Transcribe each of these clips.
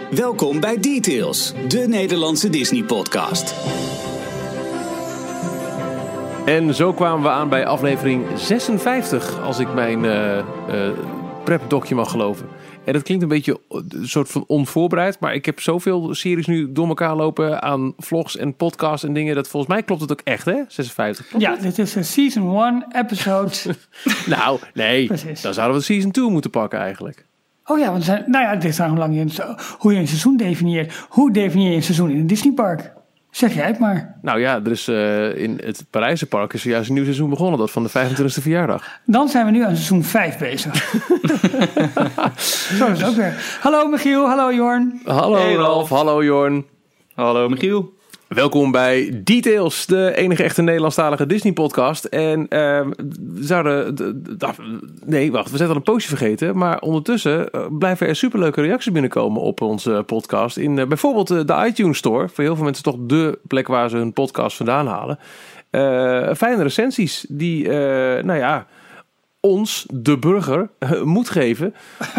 Welkom bij Details, de Nederlandse Disney-podcast. En zo kwamen we aan bij aflevering 56, als ik mijn prep-docje mag geloven. En dat klinkt een beetje een soort van onvoorbereid, maar ik heb zoveel series nu door elkaar lopen aan vlogs en podcasts en dingen, dat volgens mij klopt het ook echt, hè? 56. Klopt ja, dit is een season 1 episode. Nou, nee, Precies. Dan zouden we season 2 moeten pakken eigenlijk. Oh ja, want dit is hoe lang hoe je een seizoen definieert. Hoe definieer je een seizoen in een Disneypark? Zeg jij het maar. Nou ja, er is in het Parijse park is juist een nieuw seizoen begonnen, dat van de 25e verjaardag. Dan zijn we nu aan seizoen 5 bezig. Zo is het ook weer. Hallo Michiel, hallo Jorn. Hallo Hey, Ralf, hallo Jorn. Hallo Michiel. Welkom bij Details, de enige echte Nederlandstalige Disney-podcast. En we zijn al een poosje vergeten. Maar ondertussen blijven er superleuke reacties binnenkomen op onze podcast. In bijvoorbeeld de iTunes Store. Voor heel veel mensen toch de plek waar ze hun podcast vandaan halen. Fijne recensies die, ons, de burger, moed geven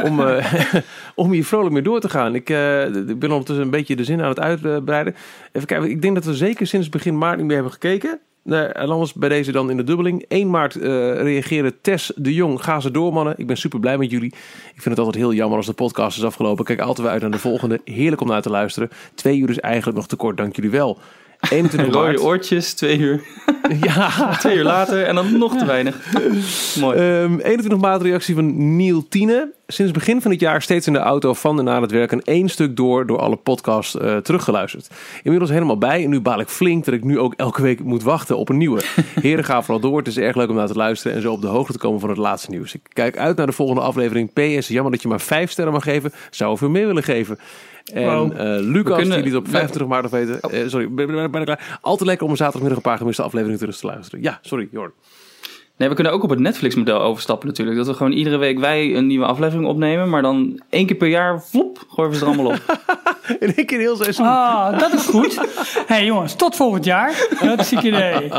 om hier vrolijk mee door te gaan. Ik ben ondertussen een beetje de zin aan het uitbreiden. Even kijken, ik denk dat we zeker sinds begin maart niet meer hebben gekeken. En anders bij deze dan in de dubbeling. 1 maart reageerde Tess de Jong. Ga ze door, mannen. Ik ben super blij met jullie. Ik vind het altijd heel jammer als de podcast is afgelopen. Kijk altijd weer uit naar de volgende. Heerlijk om naar te luisteren. 2 uur is eigenlijk nog te kort, dank jullie wel. 21 maart. Rode oortjes, 2 uur. Ja. 2 uur later en dan nog te weinig. Mooi. 21 maart reactie van Neil Tiene. Sinds begin van het jaar steeds in de auto van en naar het werk een 1 stuk door alle podcasts teruggeluisterd. Inmiddels helemaal bij en nu baal ik flink dat ik nu ook elke week moet wachten op een nieuwe. Heren, ga vooral door. Het is erg leuk om naar te luisteren en zo op de hoogte te komen van het laatste nieuws. Ik kijk uit naar de volgende aflevering. PS, jammer dat je maar 5 sterren mag geven. Zou er veel meer willen geven. En Lucas, die liet op 25 maart weten. Sorry, ben klaar. Altijd lekker om een zaterdagmiddag een paar gemiste afleveringen terug te luisteren. Ja, sorry, Jorn. Nee, we kunnen ook op het Netflix-model overstappen natuurlijk. Dat we gewoon iedere week wij een nieuwe aflevering opnemen. Maar dan 1 keer per jaar, flop, gooien we ze er allemaal op. In 1 keer heel seizoen. Ah, dat is goed. Hey jongens, tot volgend jaar. Dat is een idee.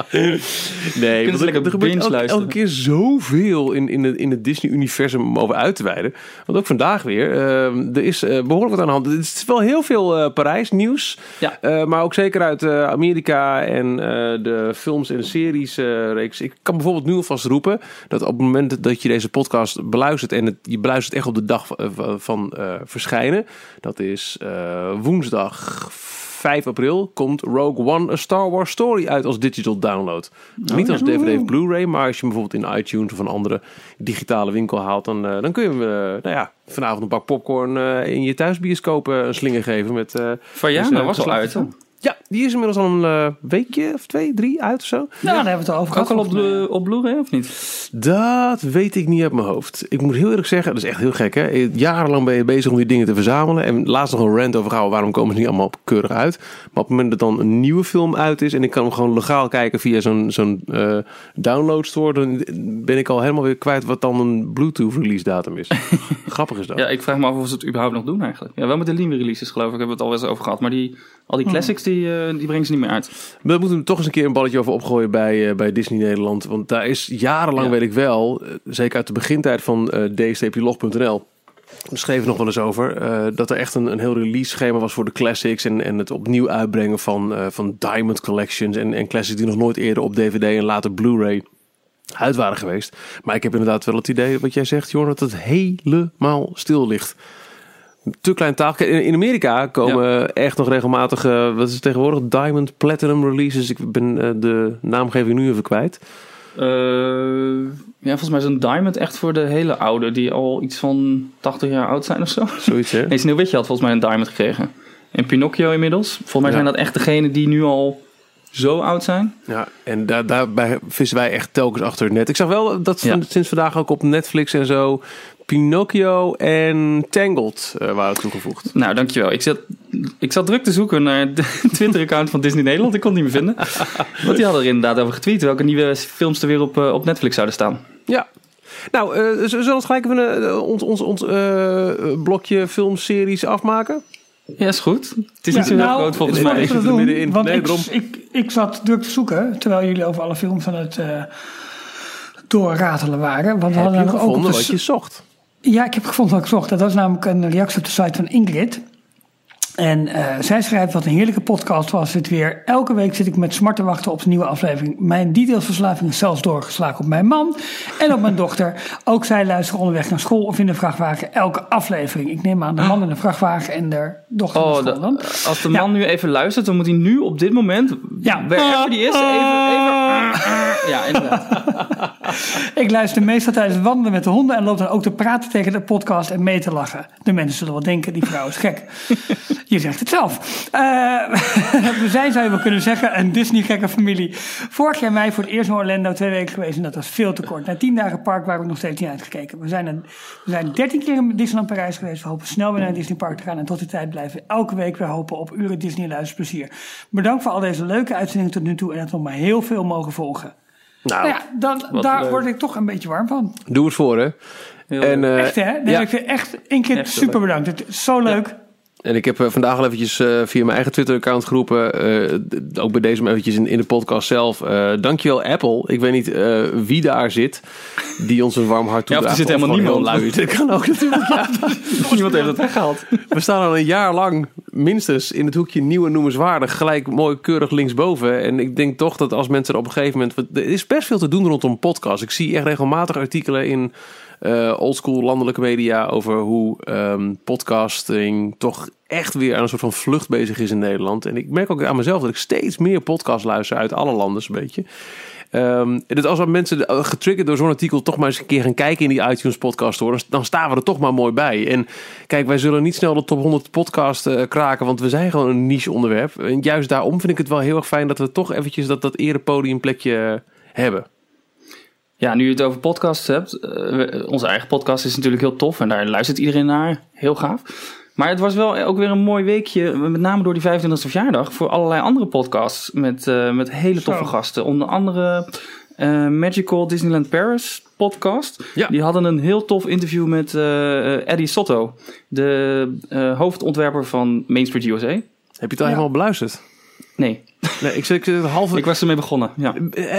Nee, want lekker er gebeurt luisteren. elke keer zoveel in het Disney-universum om over uit te wijden. Want ook vandaag weer. Er is behoorlijk wat aan de hand. Het is wel heel veel Parijs-nieuws. Ja. Maar ook zeker uit Amerika en de films en series reeks. Ik kan bijvoorbeeld nu alvast roepen dat op het moment dat je deze podcast beluistert en je beluistert echt op de dag van verschijnen. Dat is woensdag 5 april komt Rogue One: A Star Wars Story uit als digital download. Niet als DVD of Blu-ray, maar als je hem bijvoorbeeld in iTunes of een andere digitale winkel haalt, dan kun je hem vanavond een bak popcorn in je thuisbioscoop een slinger geven. Met, Van ja, dat was al uit. Hè? Ja, die is inmiddels al een weekje of 2, 3 uit of zo. Nou, daar hebben we het al over gehad. Ook al op Blu-ray of niet? Dat weet ik niet uit mijn hoofd. Ik moet heel eerlijk zeggen, dat is echt heel gek hè. Jarenlang ben je bezig om die dingen te verzamelen. En laatst nog een rant over gehouden, waarom komen ze niet allemaal keurig uit. Maar op het moment dat dan een nieuwe film uit is en ik kan hem gewoon legaal kijken via zo'n download store, dan ben ik al helemaal weer kwijt wat dan een Bluetooth release datum is. Grappig is dat. Ja, ik vraag me af of ze het überhaupt nog doen eigenlijk. Ja, wel met de nieuwe releases geloof ik, hebben we het al eens over gehad. Maar al die classics, die brengen ze niet meer uit. We moeten toch eens een keer een balletje over opgooien bij Disney Nederland. Want daar is jarenlang, weet ik wel, zeker uit de begintijd van d-log.nl, we schreven nog wel eens over, dat er echt een heel release schema was voor de classics en het opnieuw uitbrengen van Diamond Collections en classics die nog nooit eerder op DVD en later Blu-ray uit waren geweest. Maar ik heb inderdaad wel het idee, wat jij zegt, Jorn, dat het helemaal stil ligt. Te klein taal. In Amerika komen echt nog regelmatig, wat is het tegenwoordig, Diamond Platinum releases. Ik ben de naamgeving nu even kwijt. Volgens mij is een Diamond echt voor de hele oude, die al iets van 80 jaar oud zijn of zo. Zoiets, hè? Nee, Sneeuwwitje had volgens mij een Diamond gekregen. En Pinocchio inmiddels. Volgens mij zijn dat echt degenen die nu al zo oud zijn. Ja, en daarbij vissen wij echt telkens achter het net. Ik zag wel dat sinds vandaag ook op Netflix en zo Pinocchio en Tangled waren toegevoegd. Nou, dankjewel. Ik zat druk te zoeken naar de Twitter-account van Disney Nederland. Ik kon het niet meer vinden. Want die hadden er inderdaad over getweet welke nieuwe films er weer op Netflix zouden staan. Ja. Nou, zullen we ons gelijk even ons blokje filmseries afmaken? Ja, is goed. Het is niet zo heel groot volgens mij. Ik zat druk te zoeken, terwijl jullie over alle films aan het doorratelen waren. Want we hadden je gevonden ook wat je zocht? Ja, ik heb gevonden wat ik zocht. Dat was namelijk een reactie op de site van Ingrid. En zij schrijft, wat een heerlijke podcast was dit weer. Elke week zit ik met smart te wachten op de nieuwe aflevering. Mijn detailsverslaving is zelfs doorgeslagen op mijn man en op mijn dochter. Ook zij luisteren onderweg naar school of in de vrachtwagen elke aflevering. Ik neem aan de man in de vrachtwagen en de dochter naar school dan. Als de man nu even luistert, dan moet hij nu op dit moment, wherever die is, even... Ja, inderdaad. Ik luister meestal tijdens het wandelen met de honden en loop dan ook te praten tegen de podcast en mee te lachen. De mensen zullen wel denken, die vrouw is gek. Je zegt het zelf. We zijn, zou je wel kunnen zeggen, een Disney-gekke familie. Vorig jaar mei voor het eerst in Orlando 2 weken geweest en dat was veel te kort. Na 10 dagen park waren we nog steeds niet uitgekeken. We zijn 13 keer in Disneyland Parijs geweest. We hopen snel weer naar Disney Park te gaan en tot die tijd blijven we elke week weer hopen op uren Disney luisterplezier. Bedankt voor al deze leuke uitzendingen tot nu toe en dat we maar heel veel mogen volgen. Nou ja, daar word ik toch een beetje warm van. Doe het voor, hè. Echt, hè? Nee, ik vind echt één keer echt super bedankt. Het is zo leuk. Ja. En ik heb vandaag al eventjes via mijn eigen Twitter-account geroepen. Ook bij deze maar eventjes in de podcast zelf. Dankjewel Apple. Ik weet niet wie daar zit die ons een warm hart toedraagt. Ja, of er zit helemaal niemand. Lui. Dat kan ook natuurlijk. Ja. Niemand heeft het weggehaald. We staan al een jaar lang minstens in het hoekje nieuw en noemenswaardig. Gelijk mooi keurig linksboven. En ik denk toch dat als mensen er op een gegeven moment... Er is best veel te doen rondom podcast. Ik zie echt regelmatig artikelen in... oldschool landelijke media over hoe podcasting toch echt weer aan een soort van vlucht bezig is in Nederland. En ik merk ook aan mezelf dat ik steeds meer podcasts luister uit alle landen zo'n beetje. Dus als er mensen getriggerd door zo'n artikel toch maar eens een keer gaan kijken in die iTunes podcast hoor, dan staan we er toch maar mooi bij. En kijk, wij zullen niet snel de top 100 podcast kraken, want we zijn gewoon een niche onderwerp. En juist daarom vind ik het wel heel erg fijn dat we toch eventjes dat erepodiumplekje hebben. Ja, nu je het over podcasts hebt. Onze eigen podcast is natuurlijk heel tof. En daar luistert iedereen naar. Heel gaaf. Maar het was wel ook weer een mooi weekje. Met name door die 25e verjaardag. Voor allerlei andere podcasts. Met hele toffe gasten. Onder andere Magical Disneyland Paris podcast. Ja. Die hadden een heel tof interview met Eddie Sotto. De hoofdontwerper van Main Street USA. Heb je het al helemaal beluisterd? Nee. Ik zit half... Ik was ermee begonnen, ja.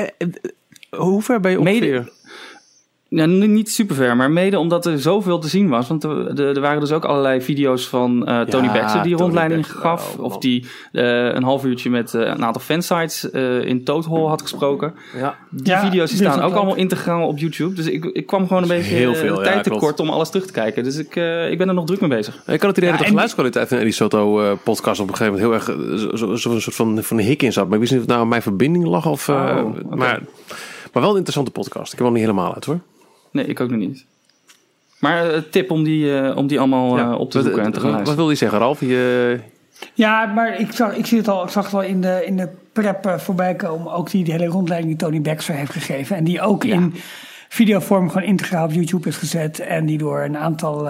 Hoe ver ben je ongeveer? Ja, niet super ver, maar mede omdat er zoveel te zien was. Want er waren dus ook allerlei video's van Tony Baxter die rondleiding gaf. Of die een half uurtje met een aantal fansites in Toad Hall had gesproken. Ja. Die video's die staan ook allemaal integraal op YouTube. Dus ik kwam gewoon een beetje tijd tekort om alles terug te kijken. Dus ik ben er nog druk mee bezig. Ik had het idee dat de geluidskwaliteit van Eddie Sotto podcast op een gegeven moment heel erg zo'n soort van een hik in zat. Maar ik wist niet of het nou aan mijn verbinding lag of... Okay. Maar wel een interessante podcast. Ik heb hem niet helemaal uit hoor. Nee, ik ook nog niet. Maar tip om die allemaal op te zoeken en te gaan luisteren. Wat wil je zeggen, Ralf? Ja, maar ik zag het al in de prep voorbij komen. Ook die hele rondleiding die Tony Baxter heeft gegeven. En die ook in videovorm gewoon integraal op YouTube is gezet. En die door een aantal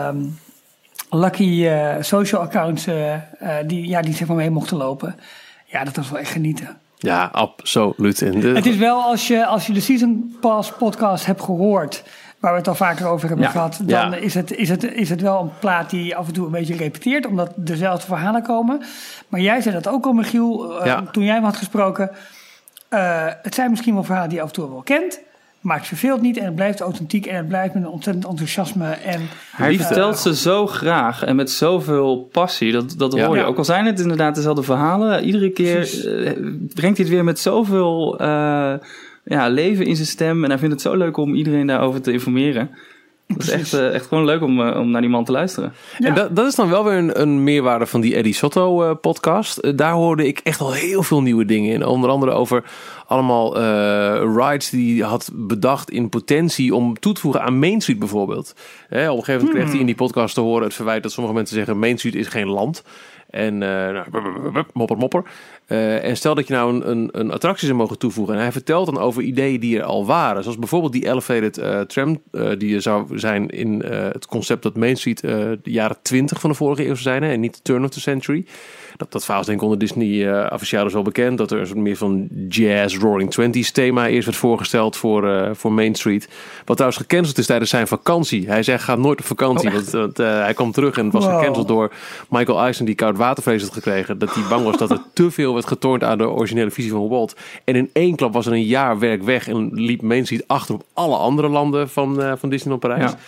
lucky social accounts die zeg maar mee mochten lopen. Ja, dat was wel echt genieten. Ja, absoluut. Het is wel als je de Season Pass podcast hebt gehoord, waar we het al vaker over hebben gehad, dan is het wel een plaat die af en toe een beetje repeteert, omdat dezelfde verhalen komen. Maar jij zei dat ook al, Michiel, toen jij hem had gesproken. Het zijn misschien wel verhalen die je af en toe wel kent, maar het verveelt niet en het blijft authentiek en het blijft met een ontzettend enthousiasme. En hij vertelt ze zo graag en met zoveel passie, dat hoor je. Ook al zijn het inderdaad dezelfde verhalen, iedere keer brengt hij het weer met zoveel leven in zijn stem. En hij vindt het zo leuk om iedereen daarover te informeren. Dat is echt gewoon leuk om naar die man te luisteren. Ja. En dat is dan wel weer een meerwaarde van die Eddie Sotto podcast. Daar hoorde ik echt al heel veel nieuwe dingen in. Onder andere over allemaal rides die hij had bedacht in potentie om toe te voegen aan Main Street bijvoorbeeld. Op een gegeven moment kreeg hij in die podcast te horen het verwijt dat sommige mensen zeggen Main Street is geen land. En mopper. En stel dat je nou een attractie zou mogen toevoegen. En hij vertelt dan over ideeën die er al waren. Zoals bijvoorbeeld die elevated tram. Die er zou zijn in het concept dat Main Street de jaren 20 van de vorige eeuw zou zijn. Hè, en niet de turn of the century. Dat verhaal is denk ik onder Disney officieel wel bekend. Dat er een soort meer van jazz Roaring Twenties thema eerst werd voorgesteld voor Main Street. Wat trouwens gecanceld is tijdens zijn vakantie. Hij zegt ga nooit op vakantie. Want hij kwam terug en het was gecanceld door Michael Eisner die koud watervrees had gekregen. Dat hij bang was dat er te veel werd getornd aan de originele visie van Walt. En in één klap was er een jaar werk weg en liep Main Street achter op alle andere landen van Disneyland Parijs. Ja.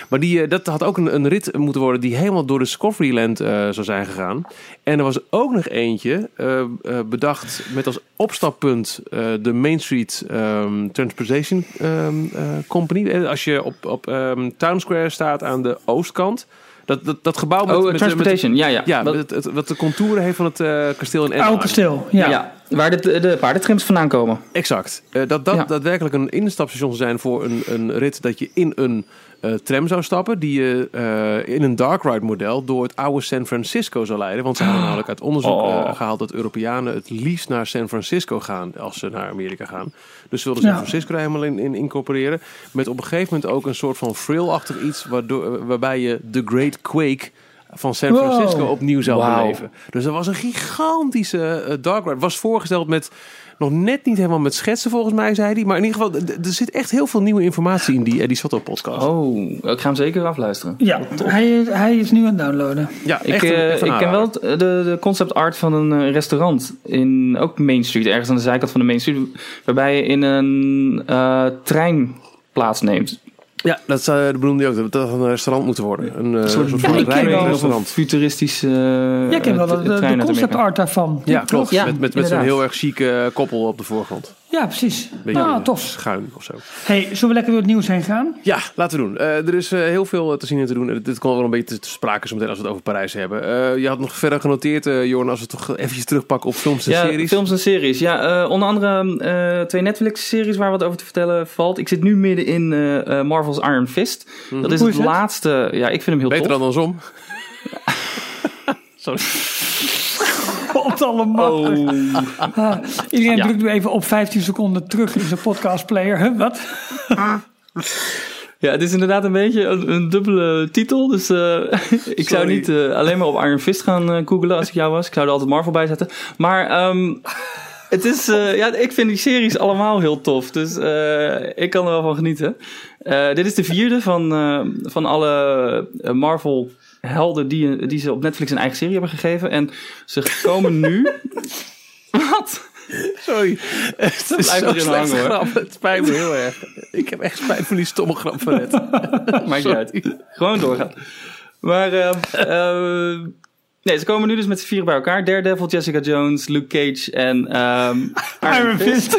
Maar dat had ook een rit moeten worden die helemaal door Discoveryland zou zijn gegaan. En er was ook nog eentje bedacht met als opstappunt de Main Street Transportation Company. Als je op Town Square staat aan de oostkant. Dat gebouw met Transportation, ja. Wat de contouren heeft van het kasteel in Anaheim. Oude kasteel, ja. Waar de paardentrims vandaan komen. Exact. Dat daadwerkelijk een instapstation zou zijn voor een rit dat je in een tram zou stappen. Die je in een dark ride model door het oude San Francisco zou leiden. Want ze hebben namelijk uit onderzoek gehaald dat Europeanen het liefst naar San Francisco gaan als ze naar Amerika gaan. Dus zullen San Francisco er helemaal in incorporeren. Met op een gegeven moment ook een soort van thrill-achtig iets waarbij je The Great Quake van San Francisco opnieuw zou beleven. Dus er was een gigantische dark ride. Was voorgesteld met nog net niet helemaal met schetsen volgens mij, zei hij. Maar in ieder geval, er zit echt heel veel nieuwe informatie in die Eddie Sotto podcast. Oh, ik ga hem zeker afluisteren. Ja, hij is nu aan het downloaden. Ja, ik ken wel de concept art van een restaurant in ook Main Street, ergens aan de zijkant van de Main Street, waarbij je in een trein plaatsneemt. Ja, dat benoemde hij ook. Dat had een restaurant moeten worden. Een soort van restaurant. Futuristisch. Ik ken wel de concept art daarvan. Ja, klopt. Ja, met zo'n heel erg chique koppel op de voorgrond. Ja, precies. Tof. Schuin of zo. Hey, zullen we lekker door het nieuws heen gaan? Ja, laten we doen. Er is heel veel te zien en te doen. Dit komt wel een beetje te sprake zo meteen als we het over Parijs hebben. Je had nog verder genoteerd, Jorn, als we toch eventjes terugpakken op films en series. Ja, films en series. Ja, onder andere 2 Netflix-series waar wat over te vertellen valt. Ik zit nu midden in Marvel's Iron Fist. Mm-hmm. Dat is het laatste. Ja, ik vind hem heel beter tof. Dan andersom. Sorry. God allemaal. Iedereen drukt nu even op 15 seconden terug in zijn podcastplayer. Huh, wat? Ja, het is inderdaad een beetje een dubbele titel. Dus ik zou niet alleen maar op Iron Fist gaan googlen als ik jou was. Ik zou er altijd Marvel bij zetten. Maar het is, ik vind die series allemaal heel tof. Dus ik kan er wel van genieten. Dit is de 4e van alle Marvel helden die ze op Netflix een eigen serie hebben gegeven. En ze komen nu... Wat? Sorry. Het is zo'n slechte grap. Het spijt me heel erg. Ik heb echt spijt van die stomme grap van net. Maakt niet uit. Gewoon doorgaan. Maar ze komen nu dus met z'n 4 bij elkaar. Daredevil, Jessica Jones, Luke Cage en Iron Fist.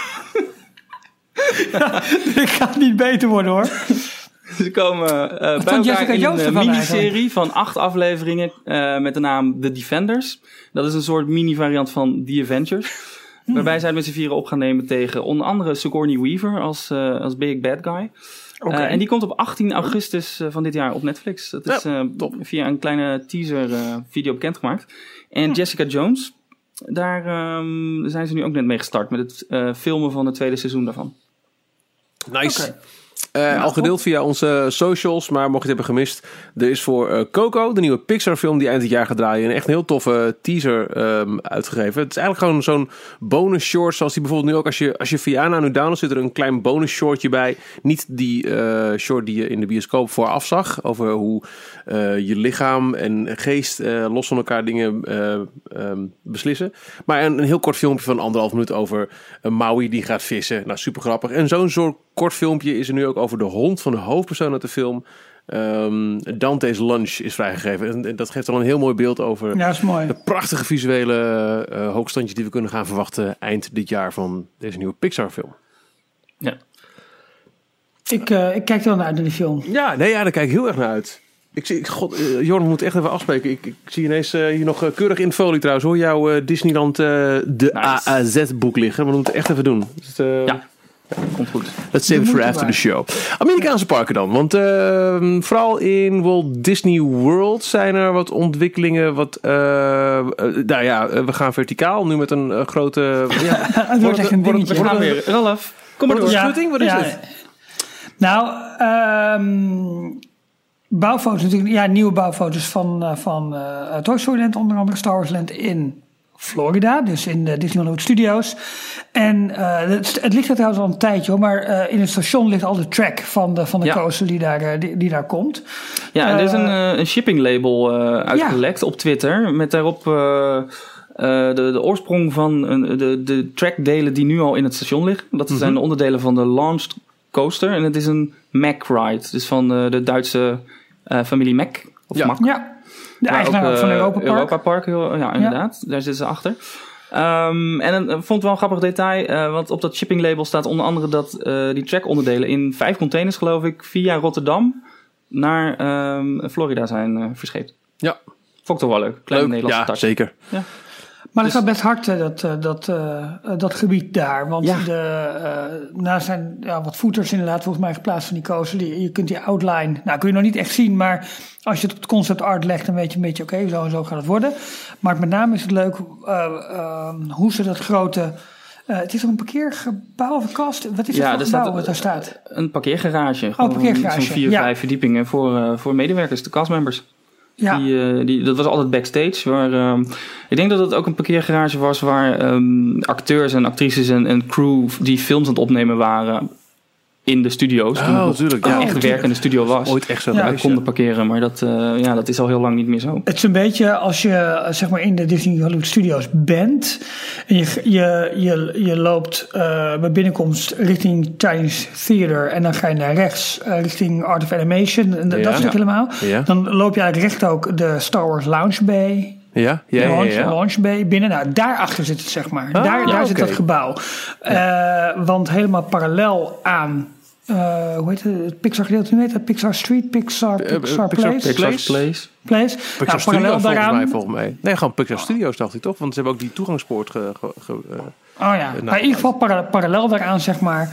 Dit gaat niet beter worden, hoor. Ze komen bij elkaar in een miniserie van 8 afleveringen met de naam The Defenders. Dat is een soort mini-variant van The Avengers. Waarbij zij het met z'n 4 op gaan nemen tegen onder andere Sigourney Weaver als Big Bad Guy. Okay. En die komt op 18 augustus van dit jaar op Netflix. Dat is via een kleine teaser video bekendgemaakt. En Jessica Jones, daar zijn ze nu ook net mee gestart met het filmen van het 2e seizoen daarvan. Nice. Okay. Al gedeeld via onze socials, maar mocht je het hebben gemist, er is voor Coco, de nieuwe Pixar film die eind dit jaar gaat draaien, een echt een heel toffe teaser uitgegeven. Het is eigenlijk gewoon zo'n bonus short, zoals die bijvoorbeeld nu ook, als je Viana nu downloadt, zit er een klein bonus shortje bij. Niet die short die je in de bioscoop vooraf zag, over hoe je lichaam en geest los van elkaar dingen beslissen. Maar een heel kort filmpje van 1,5 minuut over Maui die gaat vissen. Nou, super grappig. En zo'n soort kort filmpje is er nu ook over de hond van de hoofdpersoon uit de film. Dante's Lunch is vrijgegeven. En dat geeft al een heel mooi beeld over de prachtige visuele hoogstandjes die we kunnen gaan verwachten eind dit jaar van deze nieuwe Pixar film. Ja. Ik kijk er wel naar uit in die film. Ja, daar kijk ik heel erg naar uit. Jorn, we moeten echt even afspreken. Ik zie ineens hier nog keurig in de folie trouwens hoor. Jouw Disneyland de AAZ boek liggen. Maar we moeten het echt even doen. Dus, ja, komt goed. Let's save it for after the show. Amerikaanse parken dan. Want vooral in Walt Disney World zijn er wat ontwikkelingen. We gaan verticaal. Nu met een grote... het wordt echt een dingetje. We gaan weer. Ralf, kom maar door. Schutting? Wat is het? Nou, bouwfoto's natuurlijk. Ja, nieuwe bouwfoto's van Toy Story Land, onder andere Star Wars Land in Florida, dus in de Disney Hollywood Studios. En het ligt er trouwens al een tijdje hoor, maar in het station ligt al de track van de coaster die daar komt. Ja, en er is een shipping label uitgelekt op Twitter met daarop de oorsprong van de trackdelen die nu al in het station liggen. Dat zijn de onderdelen van de Launch coaster. En het is een Mack ride. Dus van de Duitse familie Mack. Of Mack. Ja, de eigenaar van Europa Park. Europa Park, ja, inderdaad. Daar zitten ze achter. En vond wel een grappig detail. Want op dat shipping label staat onder andere dat die trackonderdelen in 5 containers, geloof ik, via Rotterdam naar Florida zijn verscheept. Ja. Vond ik toch wel leuk. Kleine Nederlandse touch. Zeker. Ja. Maar het gaat best hard, dat gebied daar. Want zijn wat footers inderdaad volgens mij geplaatst van die coaster. Je kunt die outline, kun je nog niet echt zien. Maar als je het op het concept art legt, dan weet je een beetje, oké, zo en zo gaat het worden. Maar met name is het leuk hoe ze dat grote... het is een parkeergebouw of een kast? Wat is het voor gebouw wat daar staat? Een parkeergarage. Een parkeergarage. Zo'n 4-5 verdiepingen voor medewerkers, de castmembers. Ja. Dat was altijd backstage. Waar, ik denk dat het ook een parkeergarage was waar acteurs en actrices en crew die films aan het opnemen waren in de studio's. Toen natuurlijk. Echt werk in de studio was. Ooit echt zo. Konden parkeren, maar dat is al heel lang niet meer zo. Het is een beetje als je zeg maar in de Disney Hollywood Studios bent en je loopt bij binnenkomst richting Chinese Theater en dan ga je naar rechts richting Art of Animation en dat stuk helemaal. Ja. Dan loop je eigenlijk recht ook de Star Wars Lounge Bay. Launch Bay binnen. Nou, daarachter zit het, zeg maar. Daar zit dat gebouw. Want helemaal parallel aan hoe heet het Pixar gedeelte? Nu heet het Pixar Street, Pixar Place. Pixar Studios volgens mij. Nee, gewoon Pixar Studios dacht ik toch? Want ze hebben ook die toegangspoort in ieder geval parallel daaraan, zeg maar.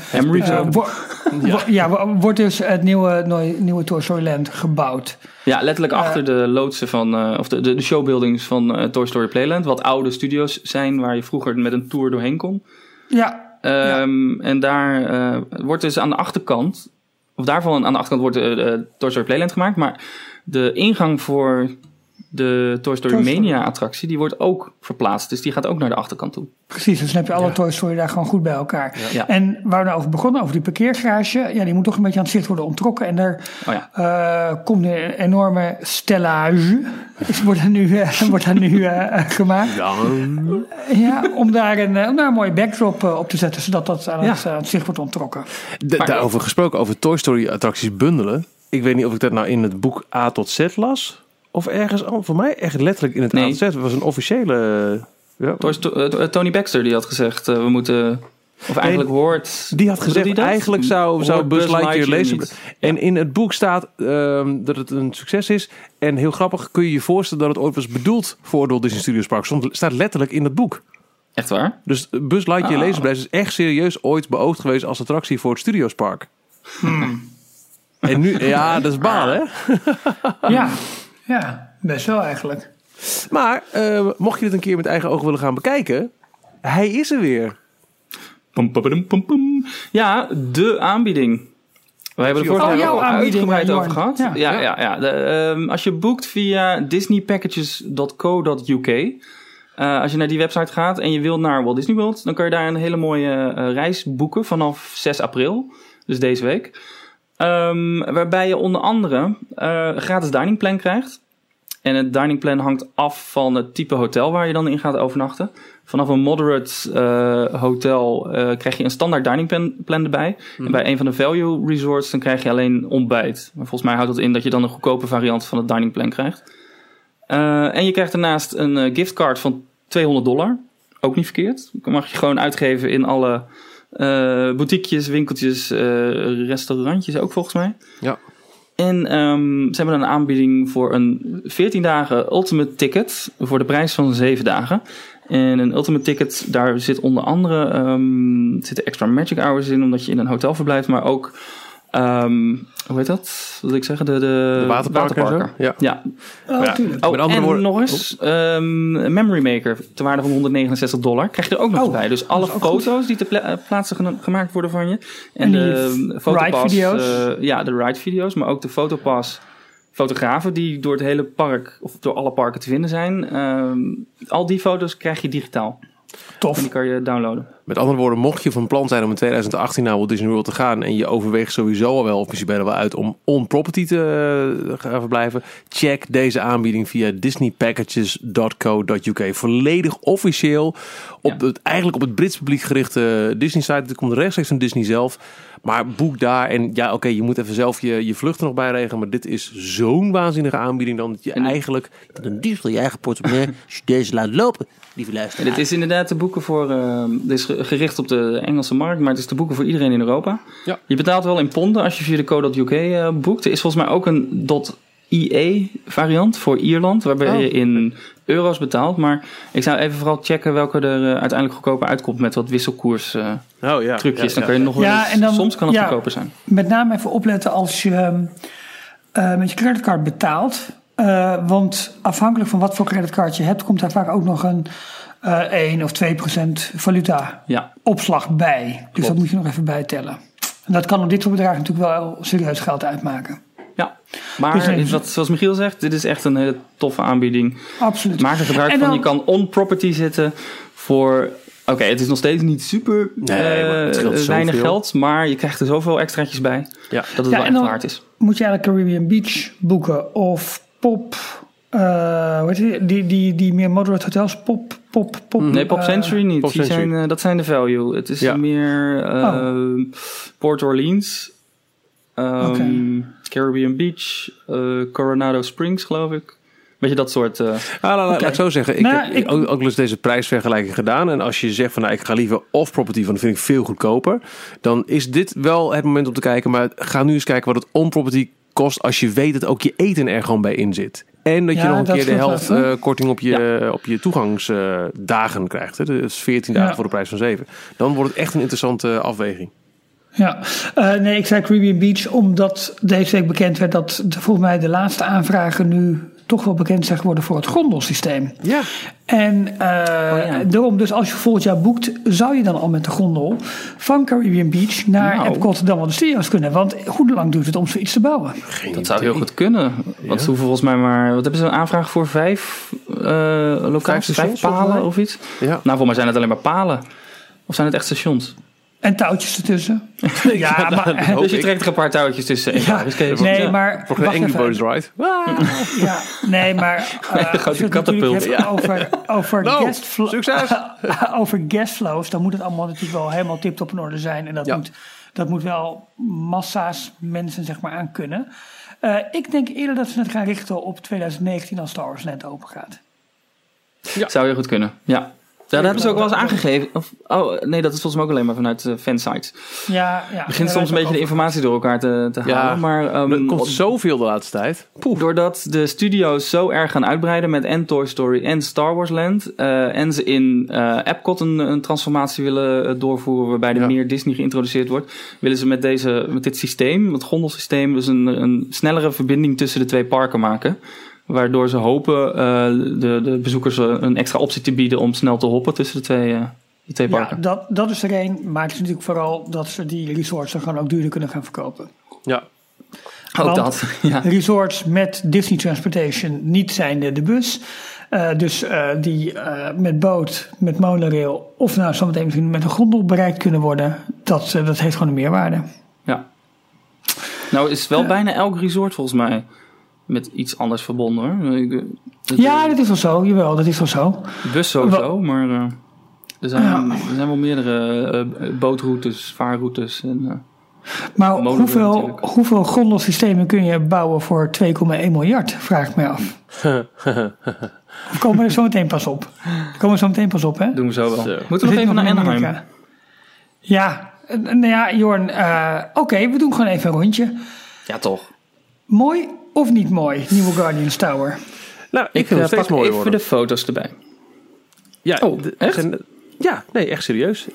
Wordt dus het nieuwe Toy Story Land gebouwd. Ja, letterlijk achter de loodsen van, of de showbuildings van Toy Story Playland. Wat oude studio's zijn waar je vroeger met een tour doorheen kon. Ja. En daar wordt dus aan de achterkant, of daarvan aan de achterkant wordt Toy Story Playland gemaakt. Maar de ingang voor de Toy Story Mania attractie, die wordt ook verplaatst. Dus die gaat ook naar de achterkant toe. Precies, dus dan heb je alle Toy Story daar gewoon goed bij elkaar. Ja. En waar we nou over begonnen, over die parkeergarage, die moet toch een beetje aan het zicht worden ontrokken. En daar komt een enorme stellage. Wordt daar nu gemaakt. Ja, om daar een mooie backdrop op te zetten, zodat dat aan het zicht wordt ontrokken. Daarover gesproken, over Toy Story attracties bundelen. Ik weet niet of ik dat nou in het boek A tot Z las. Of ergens, voor mij echt letterlijk in het A tot Z. Het was een officiële... Tony Baxter die had gezegd, we moeten... Of eigenlijk hoort... Die had gezegd, eigenlijk zou Buzz Lightyear lezen. En in het boek staat dat het een succes is. En heel grappig, kun je je voorstellen dat het ooit was bedoeld voor Walt Disney Studios Park. Het staat letterlijk in het boek. Echt waar? Dus Buzz Lightyear Laserblast is echt serieus ooit beoogd geweest als attractie voor het Studios Park. En nu, dat is balen, hè? Ja, best wel eigenlijk. Maar mocht je dit een keer met eigen ogen willen gaan bekijken, hij is er weer. Ja, de aanbieding. We hebben er vorige keer al uitgebreid over gehad. Als je boekt via disneypackages.co.uk, als je naar die website gaat en je wilt naar Walt Disney World, dan kan je daar een hele mooie reis boeken vanaf 6 april, dus deze week. Waarbij je onder andere gratis diningplan krijgt. En het diningplan hangt af van het type hotel waar je dan in gaat overnachten. Vanaf een moderate hotel krijg je een standaard diningplan erbij. En bij een van de value resorts dan krijg je alleen ontbijt. Maar volgens mij houdt dat in dat je dan een goedkope variant van het diningplan krijgt. En je krijgt daarnaast een giftcard van $200. Ook niet verkeerd. Dat mag je gewoon uitgeven in alle boutiquejes, winkeltjes, restaurantjes ook volgens mij. Ja. En ze hebben een aanbieding voor een 14 dagen ultimate ticket voor de prijs van 7 dagen. En een ultimate ticket, daar zit onder andere zitten extra magic hours in, omdat je in een hotel verblijft, maar ook hoe heet dat? Wat wil ik zeggen? De waterparken. Ja. Met andere woorden, nog eens Memory Maker ter waarde van $169 krijg je er ook nog bij. Dus alle foto's die ter plaatse gemaakt worden van je. En de fotopass. De ride video's, maar ook de fotopass. Fotografen die door het hele park of door alle parken te vinden zijn. Al die foto's krijg je digitaal. Tof. En die kan je downloaden. Met andere woorden, mocht je van plan zijn om in 2018 naar Walt Disney World te gaan en je overweegt sowieso al wel, of misschien ben je er wel uit, om on-property te gaan verblijven, check deze aanbieding via disneypackages.co.uk. Volledig officieel, eigenlijk op het Brits publiek gerichte Disney-site. Het komt rechtstreeks van Disney zelf. Maar boek daar en je moet even zelf je vluchten nog bijregelen. Maar dit is zo'n waanzinnige aanbieding dan dat je eigenlijk... Dan duurt je eigen portemonnee als je deze laat lopen, lieve luisteraar. Dit is inderdaad te boeken voor... dit is gericht op de Engelse markt, maar het is te boeken voor iedereen in Europa. Ja. Je betaalt wel in ponden als je via de code.uk boekt. Er is volgens mij ook een .ie variant voor Ierland, waarbij je in euro's betaalt. Maar ik zou even vooral checken welke er uiteindelijk goedkoper uitkomt met wat wisselkoers trucjes. Dan kun je nog soms kan het goedkoper zijn. Met name even opletten als je met je creditcard betaalt. Want afhankelijk van wat voor creditcard je hebt, komt daar vaak ook nog een 1 of 2% valuta opslag bij. Dus dat moet je nog even bijtellen. En dat kan op dit soort bedragen natuurlijk wel serieus geld uitmaken. Ja, maar zoals Michiel zegt, dit is echt een hele toffe aanbieding. Absoluut. Maak er gebruik van. Je kan on-property zitten voor... Oké, het is nog steeds niet super weinig geld, maar je krijgt er zoveel extraatjes bij dat het wel echt waard is. Moet je eigenlijk Caribbean Beach boeken of Pop... hoe heet die meer moderate hotels? Pop. Nee, Pop Century niet. Pop Century. Dat zijn de value. Het is meer Port Orleans... Caribbean Beach, Coronado Springs, geloof ik. Weet je, dat soort... Laat ik zo zeggen. Ik heb ook eens deze prijsvergelijking gedaan. En als je zegt van ik ga liever off-property, want dat vind ik veel goedkoper. Dan is dit wel het moment om te kijken. Maar ga nu eens kijken wat het on-property kost als je weet dat ook je eten er gewoon bij in zit. En dat je nog een keer de helft korting op je toegangsdagen krijgt. Hè? Dus 14 dagen voor de prijs van 7. Dan wordt het echt een interessante afweging. Ja, ik zei Caribbean Beach omdat deze week bekend werd dat volgens mij de laatste aanvragen nu toch wel bekend zijn geworden voor het gondelsysteem. Ja. En daarom, dus als je volgend jaar boekt, zou je dan al met de gondel van Caribbean Beach naar Epcot dan wel de studio's kunnen. Want hoe lang duurt het om zoiets te bouwen? Dat zou heel goed kunnen. Want ze hoeven volgens mij maar, wat hebben ze een aanvraag voor 5 locaties, 5 palen of iets? Ja. Nou, volgens mij zijn het alleen maar palen. Of zijn het echt stations? En touwtjes ertussen. Dus je trekt er een paar touwtjes tussen. Nee, maar... Voor een Angry Birds ride. Nee, maar... als je het natuurlijk hebt over over guestflows, dan moet het allemaal natuurlijk wel helemaal tip-top in orde zijn. En dat moet wel massa's mensen zeg maar aan kunnen. Ik denk eerder dat ze het gaan richten op 2019 als Star Wars Land open gaat. Ja. Zou heel goed kunnen, ja. Ja, dat hebben ze ook wel eens aangegeven. Nee, dat is volgens mij ook alleen maar vanuit fansites. Ja. Begint soms een beetje de informatie door elkaar te halen. Maar er komt zoveel de laatste tijd. Doordat de studio's zo erg gaan uitbreiden met en Toy Story en Star Wars Land. En ze in Epcot een transformatie willen doorvoeren waarbij er meer Disney geïntroduceerd wordt. Willen ze met dit systeem, het gondelsysteem, dus een snellere verbinding tussen de twee parken maken. Waardoor ze hopen de bezoekers een extra optie te bieden om snel te hoppen tussen de twee parken. Ja, dat is er één. Maar het is natuurlijk vooral dat ze die resorts er gewoon ook duurder kunnen gaan verkopen. Ja. Ook dat. Ja. Resorts met Disney Transportation niet zijnde de bus. Dus die met boot, met monorail of nou zometeen misschien met een gondel bereikt kunnen worden. Dat heeft gewoon een meerwaarde. Ja. Nou is wel bijna elk resort volgens mij met iets anders verbonden hoor. Dat is wel zo. Jawel, dat is wel zo. Bus sowieso, maar er zijn wel meerdere bootroutes, vaarroutes. Maar hoeveel gondelsystemen kun je bouwen voor 2,1 miljard? Vraag ik mij af. Of komen we er zo meteen pas op? Hè? Doen we zo wel. Moeten we nog even naar Anaheim? Ja, Jorn. Oké, we doen gewoon even een rondje. Ja, toch. Mooi of niet mooi, nieuwe Guardians Tower? Nou, ik vind het steeds mooier worden. Even de foto's erbij. Ja, echt? Echt serieus.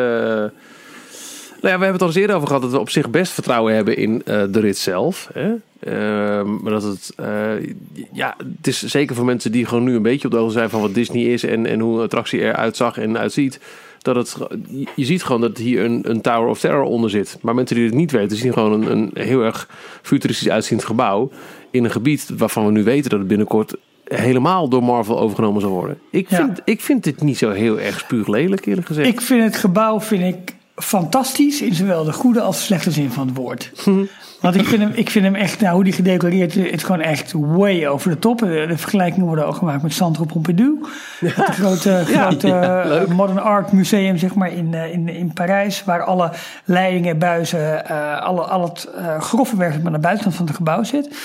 We hebben het al eens eerder over gehad dat we op zich best vertrouwen hebben in de rit zelf. Hè? Maar dat het is zeker voor mensen die gewoon nu een beetje op de hoogte zijn van wat Disney is en hoe een attractie eruit zag en uitziet. Je ziet gewoon dat hier een Tower of Terror onder zit. Maar mensen die het niet weten, zien gewoon een heel erg futuristisch uitziend gebouw in een gebied waarvan we nu weten dat het binnenkort helemaal door Marvel overgenomen zal worden. Ik vind dit niet zo heel erg spuuglelijk, eerlijk gezegd. Ik vind het gebouw fantastisch in zowel de goede als de slechte zin van het woord. Want ik vind hem echt, hoe die gedecoreerd is, gewoon echt way over de top. De vergelijkingen worden ook gemaakt met Centre Pompidou. Het grote modern art museum, zeg maar, in Parijs. Waar alle leidingen, buizen, al het grove werk naar de buitenkant van het gebouw zit.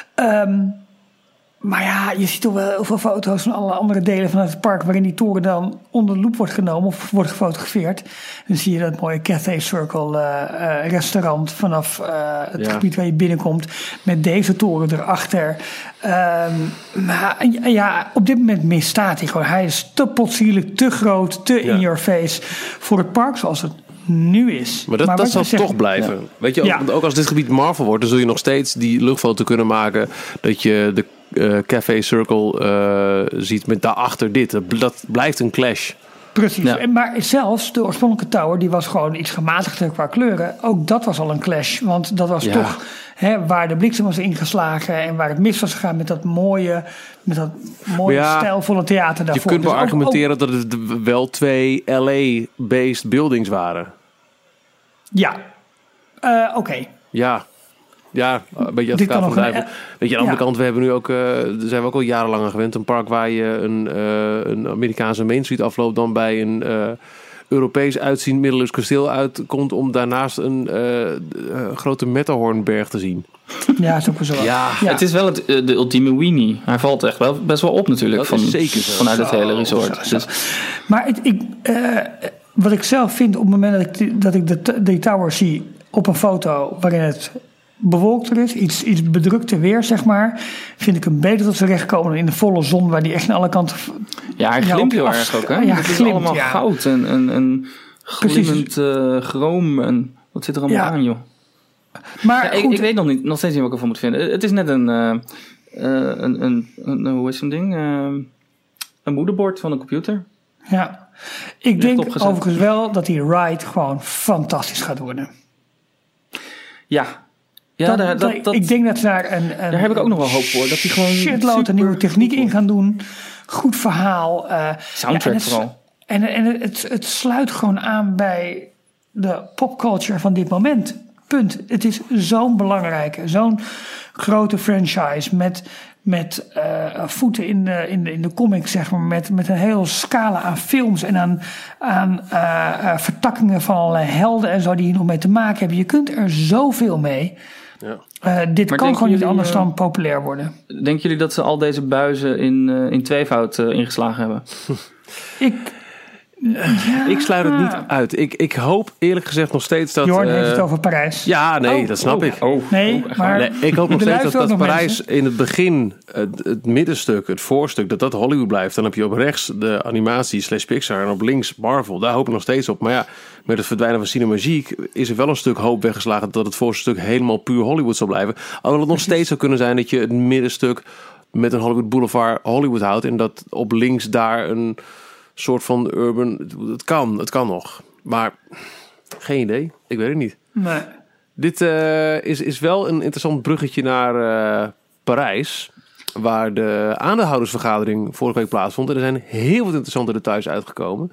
Maar ja, je ziet toch wel heel veel foto's van alle andere delen van het park waarin die toren dan onder de loep wordt genomen of wordt gefotografeerd. Dan zie je dat mooie Cathay Circle restaurant vanaf het gebied waar je binnenkomt met deze toren erachter. Maar ja, op dit moment misstaat hij gewoon. Hij is te potsierlijk, te groot, te in your face voor het park zoals het nu is. Maar dat zal toch blijven. Ja. Weet je, ook als dit gebied Marvel wordt, dan zul je nog steeds die luchtfoto kunnen maken dat je de Café Circle ziet met daarachter dit. Dat blijft een clash. Precies. Ja. Maar zelfs de oorspronkelijke tower, die was gewoon iets gematigder qua kleuren. Ook dat was al een clash. Want dat was toch waar de bliksem was ingeslagen en waar het mis was gegaan met dat mooie stijlvolle theater daarvoor. Je kunt wel argumenteren dat het wel 2 LA-based buildings waren. Ja. Oké. Ja, een beetje advocaat van de duivel. Weet je, aan de andere kant, we hebben nu ook, zijn we ook al jarenlang aan gewend. Een park waar je een Amerikaanse Main Street afloopt, dan bij een Europees uitziend middeleeuws kasteel uitkomt om daarnaast een grote Matterhornberg te zien. Ja, is ook wel zo. Ja. Het is wel de ultieme weenie. Hij valt echt wel best wel op natuurlijk vanuit het hele resort. Dus. Maar wat ik zelf vind op het moment dat ik de tower zie op een foto waarin het bewolkter is, iets bedrukter weer, zeg maar, vind ik hem beter tot zijn recht komen dan in de volle zon, waar die echt aan alle kanten. Ja, hij glimt heel erg ook, hè? Ja, het is allemaal goud en glimmend chroom en wat zit er allemaal aan, joh. Maar ik weet nog steeds niet wat ik ervan moet vinden. Het is net een hoe is zo'n ding? Een moederbord van een computer. Ja, ik denk overigens wel dat die ride gewoon fantastisch gaat worden. Ja, ik denk dat ze daar daar heb ik ook nog wel hoop voor. Dat die gewoon shitload een nieuwe techniek in gaan doen. Goed verhaal. Soundtrack vooral. En het sluit gewoon aan bij de popculture van dit moment. Punt. Het is zo'n belangrijke, zo'n grote franchise met voeten in de comics, zeg maar, met een hele scala aan films en aan vertakkingen van allerlei helden en zo die hier nog mee te maken hebben. Je kunt er zoveel mee. Ja. Dit maar kan gewoon niet anders dan populair worden. Denken jullie dat ze al deze buizen in tweevoud ingeslagen hebben? Ik sluit het niet uit. Ik hoop eerlijk gezegd nog steeds dat... Jorn heeft het over Parijs. Ja, nee, dat snap ik. Ik hoop nog steeds dat Parijs in het begin, het middenstuk, het voorstuk, dat Hollywood blijft. Dan heb je op rechts de animatie / Pixar en op links Marvel. Daar hoop ik nog steeds op. Maar ja, met het verdwijnen van Cinemagique is er wel een stuk hoop weggeslagen dat het voorstuk helemaal puur Hollywood zal blijven. Alhoewel het nog steeds zou kunnen zijn dat je het middenstuk met een Hollywood Boulevard Hollywood houdt en dat op links daar een soort van urban. Het kan nog. Maar geen idee. Ik weet het niet. Nee. Dit is wel een interessant bruggetje naar Parijs. Waar de aandeelhoudersvergadering vorige week plaatsvond. En er zijn heel wat interessante details uitgekomen.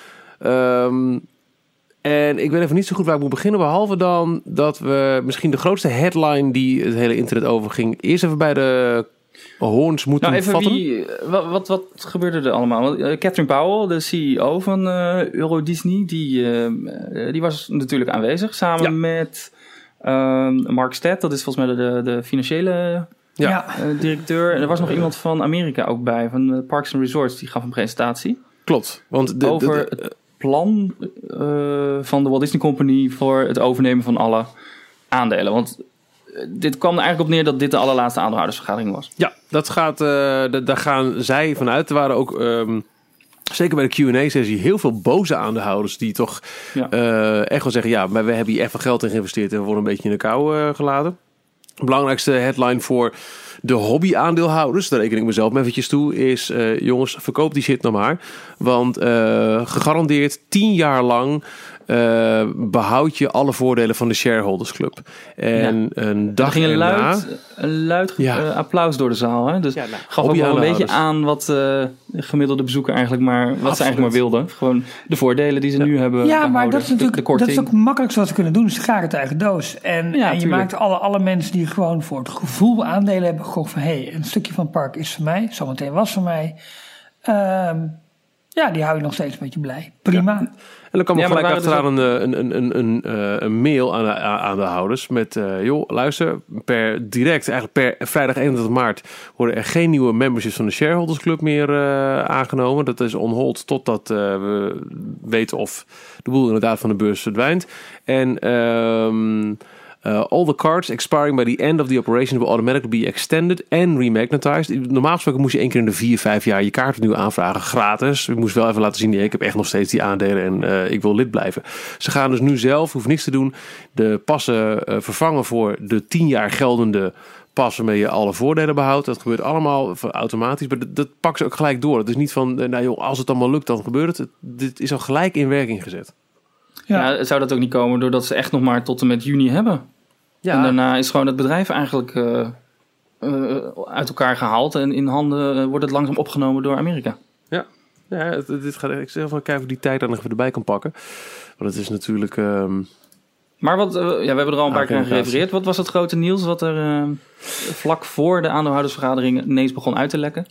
En ik weet even niet zo goed waar ik moet beginnen. Behalve dan dat we misschien de grootste headline die het hele internet overging. Eerst even bij de hoorns moeten vatten. Wat gebeurde er allemaal? Catherine Powell, de CEO van Euro Disney, die was natuurlijk aanwezig samen met Mark Stedt, dat is volgens mij de financiële directeur. En er was nog iemand van Amerika ook bij, van Parks and Resorts, die gaf een presentatie. Klopt. Want over het plan van de Walt Disney Company voor het overnemen van alle aandelen. Want dit kwam er eigenlijk op neer dat dit de allerlaatste aandeelhoudersvergadering was. Ja, daar gaan zij vanuit. Er waren ook, zeker bij de Q&A-sessie, heel veel boze aandeelhouders die toch echt wel zeggen, ja, maar we hebben hier echt veel geld in geïnvesteerd en we worden een beetje in de kou gelaten. De belangrijkste headline voor De hobby-aandeelhouders, daar reken ik mezelf maar eventjes toe, is jongens, verkoop die shit nou maar. Want gegarandeerd 10 jaar lang behoud je alle voordelen van de Shareholders Club. En een dag ging een luid Ja. applaus door de zaal. Hè? Dus gaf ook wel een beetje aan wat de gemiddelde bezoeker eigenlijk wat ze eigenlijk maar wilden. Gewoon de voordelen die ze nu hebben behouden. Maar dat is natuurlijk de dat is ook makkelijk wat ze kunnen doen. Ze gaan het eigen doos. En je tuurlijk. maakt alle mensen die gewoon voor het gevoel aandelen hebben, gewoon van een stukje van het park is voor mij. Zometeen was voor mij. Die hou je nog steeds een beetje blij. Prima. Ja. En dan kwam er gelijk achteraan dus een mail aan de houders met... joh, luister, eigenlijk per vrijdag 31 maart... worden er geen nieuwe memberships van de Shareholders Club meer aangenomen. Dat is on hold totdat we weten of de boel inderdaad van de beurs verdwijnt. En... all the cards expiring by the end of the operation will automatically be extended and remagnetized. Normaal gesproken moest je 1 keer in de 4-5 jaar je kaart opnieuw aanvragen, gratis. Je moest wel even laten zien, ik heb echt nog steeds die aandelen en ik wil lid blijven. Ze gaan dus nu zelf, hoeft niks te doen, de passen vervangen voor de 10 jaar geldende pas waarmee je alle voordelen behoudt. Dat gebeurt allemaal automatisch, maar dat pakken ze ook gelijk door. Het is niet van, als het allemaal lukt, dan gebeurt het. Dit is al gelijk in werking gezet. Ja, zou dat ook niet komen doordat ze echt nog maar tot en met juni hebben? Ja. En daarna is gewoon het bedrijf eigenlijk uit elkaar gehaald en in handen wordt het langzaam opgenomen door Amerika. Ja, dit gaat. Ik zeg even kijken of die tijd dan nog even erbij kan pakken. Want het is natuurlijk. Maar we hebben er al een paar keer aan gerefereerd. Wat was het grote nieuws wat er vlak voor de aandeelhoudersvergadering ineens begon uit te lekken?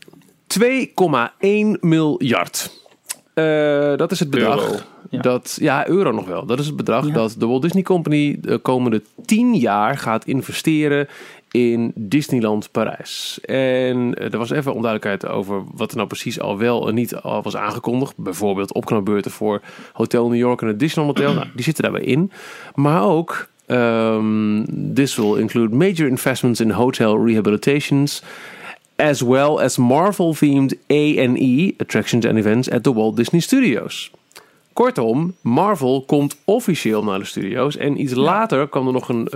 2,1 miljard. Dat is het bedrag. Euro. Euro nog wel. Dat is het bedrag dat de Walt Disney Company de komende 10 jaar gaat investeren in Disneyland Parijs. En er was even onduidelijkheid over wat er nou precies al wel en niet al was aangekondigd. Bijvoorbeeld opknapbeurten voor Hotel New York en het Disneyland Hotel. Die zitten daarbij in. Maar ook this will include major investments in hotel rehabilitations, as well as Marvel-themed A&E, attractions and events, at the Walt Disney Studios. Kortom, Marvel komt officieel naar de studio's. En iets later kwam er nog een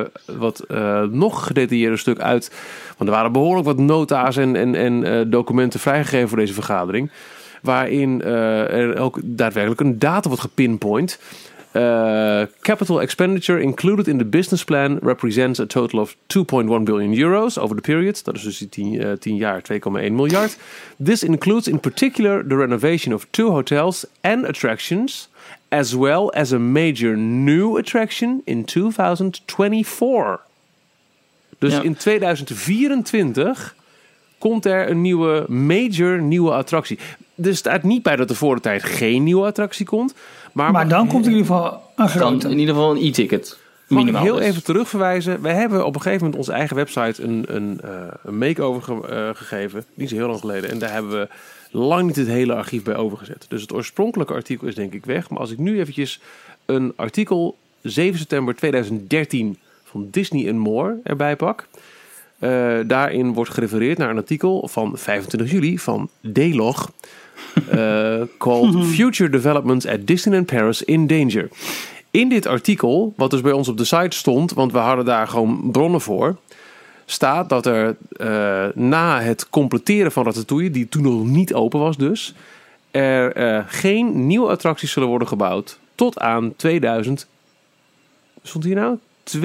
nog gedetailleerder stuk uit. Want er waren behoorlijk wat nota's en documenten vrijgegeven voor deze vergadering. Waarin er ook daadwerkelijk een datum wordt gepinpoint. Capital expenditure included in the business plan represents a total of 2.1 billion euros over the period. Dat is dus die 10 jaar, 2,1 miljard. This includes in particular the renovation of 2 hotels and attractions, as well as a major new attraction in 2024. Dus in 2024 komt er een nieuwe attractie. Er staat niet bij dat er voor de tijd geen nieuwe attractie komt. Maar dan komt er in ieder geval een grote. In ieder geval een e-ticket. Mag ik heel even terugverwijzen. Wij hebben op een gegeven moment onze eigen website een makeover gegeven. Niet zo heel lang geleden. En daar hebben we lang niet het hele archief bij overgezet. Dus het oorspronkelijke artikel is denk ik weg. Maar als ik nu eventjes een artikel 7 september 2013 van Disney & More erbij pak. Daarin wordt gerefereerd naar een artikel van 25 juli van D-Log. Called Future Developments at Disneyland Paris in Danger. In dit artikel, wat dus bij ons op de site stond, want we hadden daar gewoon bronnen voor, staat dat er na het completeren van Ratatouille, die toen nog niet open was dus, er geen nieuwe attracties zullen worden gebouwd tot aan 2000. Stond hier nou?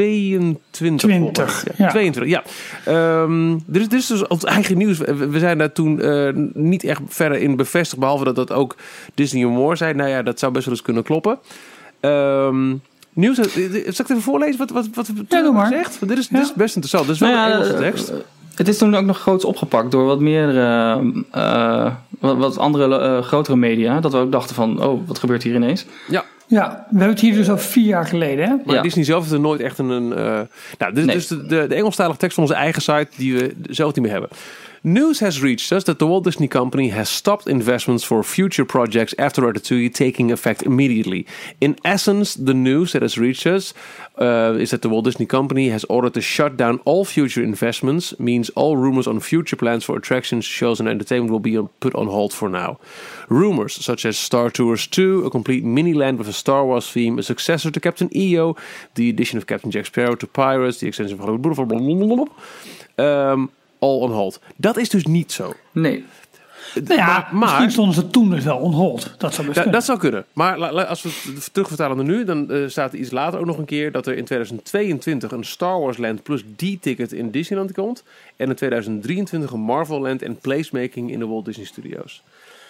22. Ja. 22, ja. Dit is dus ons eigen nieuws. We zijn daar toen niet echt verder in bevestigd, behalve dat ook Disney & More zei. Nou ja, dat zou best wel eens kunnen kloppen. Nieuws, zal ik het even voorlezen wat we toen hebben gezegd? Want dit is best interessant. Dit is wel een Engelse tekst. Het is toen ook nog groots opgepakt door wat meer wat andere grotere media. Dat we ook dachten van, wat gebeurt hier ineens? Ja, we hebben het hier dus al 4 jaar geleden. Hè? Maar Disney zelf heeft er nooit echt dit is dus de Engelstalige tekst van onze eigen site die we zelf niet meer hebben. News has reached us that the Walt Disney Company has stopped investments for future projects after Ratatouille taking effect immediately. In essence, the news that has reached us is that the Walt Disney Company has ordered to shut down all future investments, means all rumors on future plans for attractions, shows and entertainment will be put on hold for now. Rumors such as Star Tours 2, a complete mini-land with a Star Wars theme, a successor to Captain EO, the addition of Captain Jack Sparrow to Pirates, the extension of Hollywood Boulevard, all on hold. Dat is dus niet zo. Nee. Nou ja, misschien stonden ze toen dus wel on hold. Dat zou best kunnen. Dat zou kunnen. Maar als we het terugvertalen naar nu, dan staat er iets later ook nog een keer dat er in 2022 een Star Wars Land plus D-ticket in Disneyland komt. En in 2023 een Marvel Land en placemaking in de Walt Disney Studios.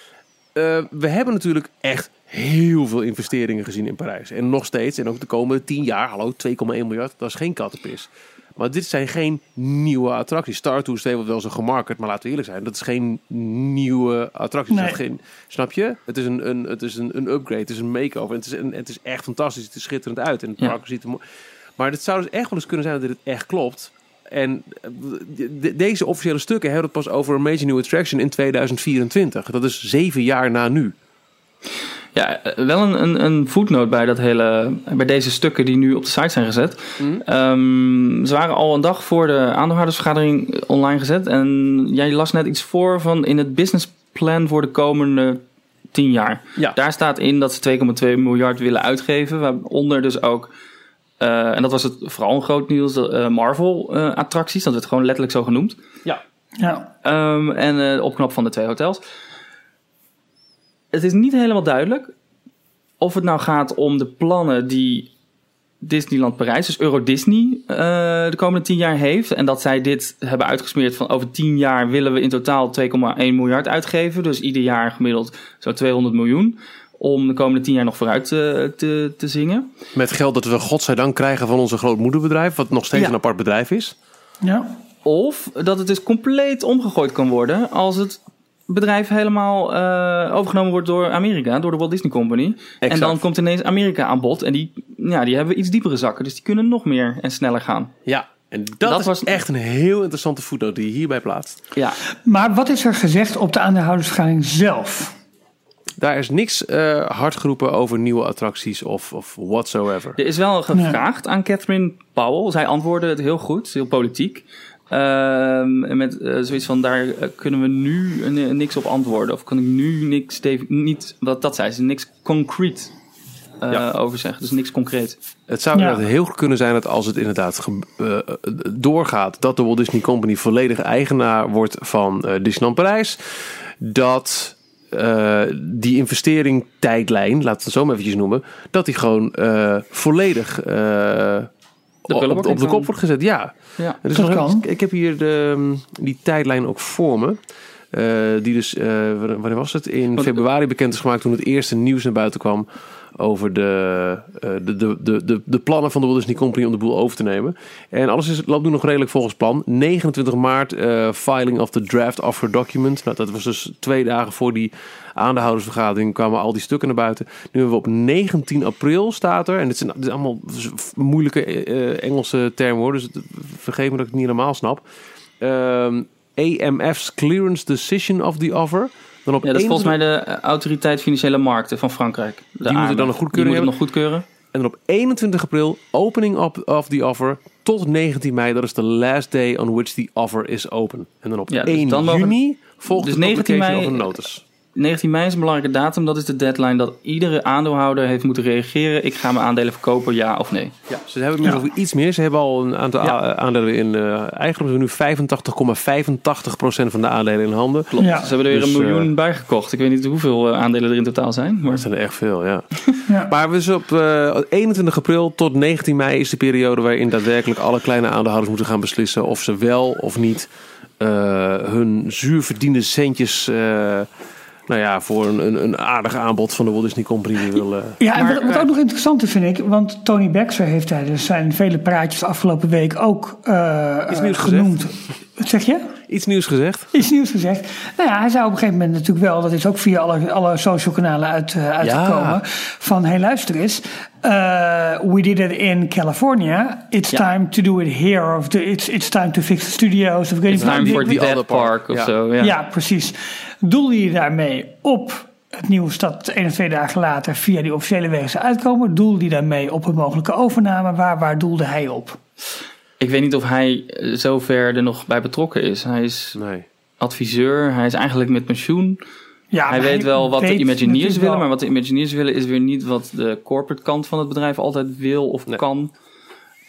We hebben natuurlijk echt heel veel investeringen gezien in Parijs. En nog steeds, en ook de komende 10 jaar, 2,1 miljard, dat is geen kattenpis. Maar dit zijn geen nieuwe attracties. Star Tours heeft wel zo gemarket, maar laten we eerlijk zijn, dat is geen nieuwe attractie. Nee. Dat is geen, snap je? Het is een upgrade, het is een make-over. Het is echt fantastisch, het is schitterend uit. En het park ziet er mooi. Maar het zou dus echt wel eens kunnen zijn dat dit echt klopt. En deze officiële stukken hebben het pas over een major new attraction in 2024. Dat is 7 jaar na nu. Ja, wel een footnote bij deze stukken die nu op de site zijn gezet. Ze waren al een dag voor de aandeelhoudersvergadering online gezet. En jij las net iets voor van in het businessplan voor de komende 10 jaar. Ja. Daar staat in dat ze 2,2 miljard willen uitgeven. Waaronder dus ook, en dat was het vooral een groot nieuws, Marvel attracties. Dat werd gewoon letterlijk zo genoemd. Ja. En opknap van de 2 hotels. Het is niet helemaal duidelijk of het nou gaat om de plannen die Disneyland Parijs, dus Euro Disney, de komende 10 jaar heeft. En dat zij dit hebben uitgesmeerd van over 10 jaar willen we in totaal 2,1 miljard uitgeven. Dus ieder jaar gemiddeld zo'n 200 miljoen. Om de komende 10 jaar nog vooruit te zingen. Met geld dat we godzijdank krijgen van onze grootmoederbedrijf, wat nog steeds een apart bedrijf is. Ja. Of dat het dus compleet omgegooid kan worden als het bedrijf helemaal overgenomen wordt door Amerika, door de Walt Disney Company. Exact. En dan komt ineens Amerika aan bod. En die hebben iets diepere zakken. Dus die kunnen nog meer en sneller gaan. Ja, en dat was echt een heel interessante voetnoot die je hierbij plaatst. Ja. Maar wat is er gezegd op de aandeelhoudersvergadering zelf? Daar is niks hard geroepen over nieuwe attracties of whatsoever. Er is wel gevraagd aan Catherine Powell. Zij antwoordde het heel goed, heel politiek. Met zoiets van, daar kunnen we nu niks op antwoorden. Of kan ik nu niks, niet, wat dat zei ze, niks concreet over zeggen. Dus niks concreet. Het zou inderdaad heel goed kunnen zijn dat als het inderdaad doorgaat, dat de Walt Disney Company volledig eigenaar wordt van Disneyland Parijs, dat die investering tijdlijn, laten we het zo maar eventjes noemen, dat die gewoon volledig op de kop wordt gezet. Ja. Dus ik heb hier die tijdlijn ook voor me. Die dus, wanneer was het? In februari bekend is gemaakt toen het eerste nieuws naar buiten kwam over de plannen van de Walt Disney Company om de boel over te nemen. En alles loopt nu nog redelijk volgens plan. 29 maart filing of the draft offer document. Nou, dat was dus 2 dagen voor die aandeelhoudersvergadering kwamen al die stukken naar buiten. Nu hebben we op 19 april staat er, en dit zijn allemaal moeilijke Engelse termen hoor, dus vergeef me dat ik het niet helemaal snap. AMF's clearance decision of the offer. Dan op dat is volgens mij de Autoriteit Financiële Markten van Frankrijk. Die moeten dan een goedkeuring hebben. Nog goedkeuren. En dan op 21 april opening of the offer tot 19 mei. Dat is de last day on which the offer is open. En dan op 1 juni volgt dus de publication of een notice. 19 mei is een belangrijke datum. Dat is de deadline dat iedere aandeelhouder heeft moeten reageren. Ik ga mijn aandelen verkopen, ja of nee. Ja, ze hebben nog iets meer. Ze hebben al een aantal aandelen in eigendom. Nu 85,85% van de aandelen in handen. Klopt. Ja. Ze hebben er weer 1 miljoen bij gekocht. Ik weet niet hoeveel aandelen er in totaal zijn. Maar het zijn er echt veel, ja. Maar dus op 21 april tot 19 mei is de periode waarin daadwerkelijk alle kleine aandeelhouders moeten gaan beslissen of ze wel of niet hun zuur verdiende centjes voor een aardig aanbod van de Walt Disney Company willen. Ja, en wat ook nog interessant is, vind ik, want Tony Baxter heeft tijdens zijn vele praatjes de afgelopen week ook genoemd. Wat zeg je? Iets nieuws gezegd. Nou ja, hij zei op een gegeven moment natuurlijk wel, dat is ook via alle social kanalen uitgekomen, van hey, luister eens, we did it in California. It's time to do it here. Of it's time to fix the studios. Of it's time for the Dead Park of zo. Ja, precies. Doelde je daarmee op het nieuws dat 1 of 2 dagen later via die officiële wegen zou uitkomen? Doelde hij daarmee op een mogelijke overname? Waar doelde hij op? Ik weet niet of hij zover er nog bij betrokken is. Hij is adviseur. Hij is eigenlijk met pensioen. Ja, hij weet wel wat de Imagineers willen. Maar wat de Imagineers willen is weer niet wat de corporate kant van het bedrijf altijd wil of kan.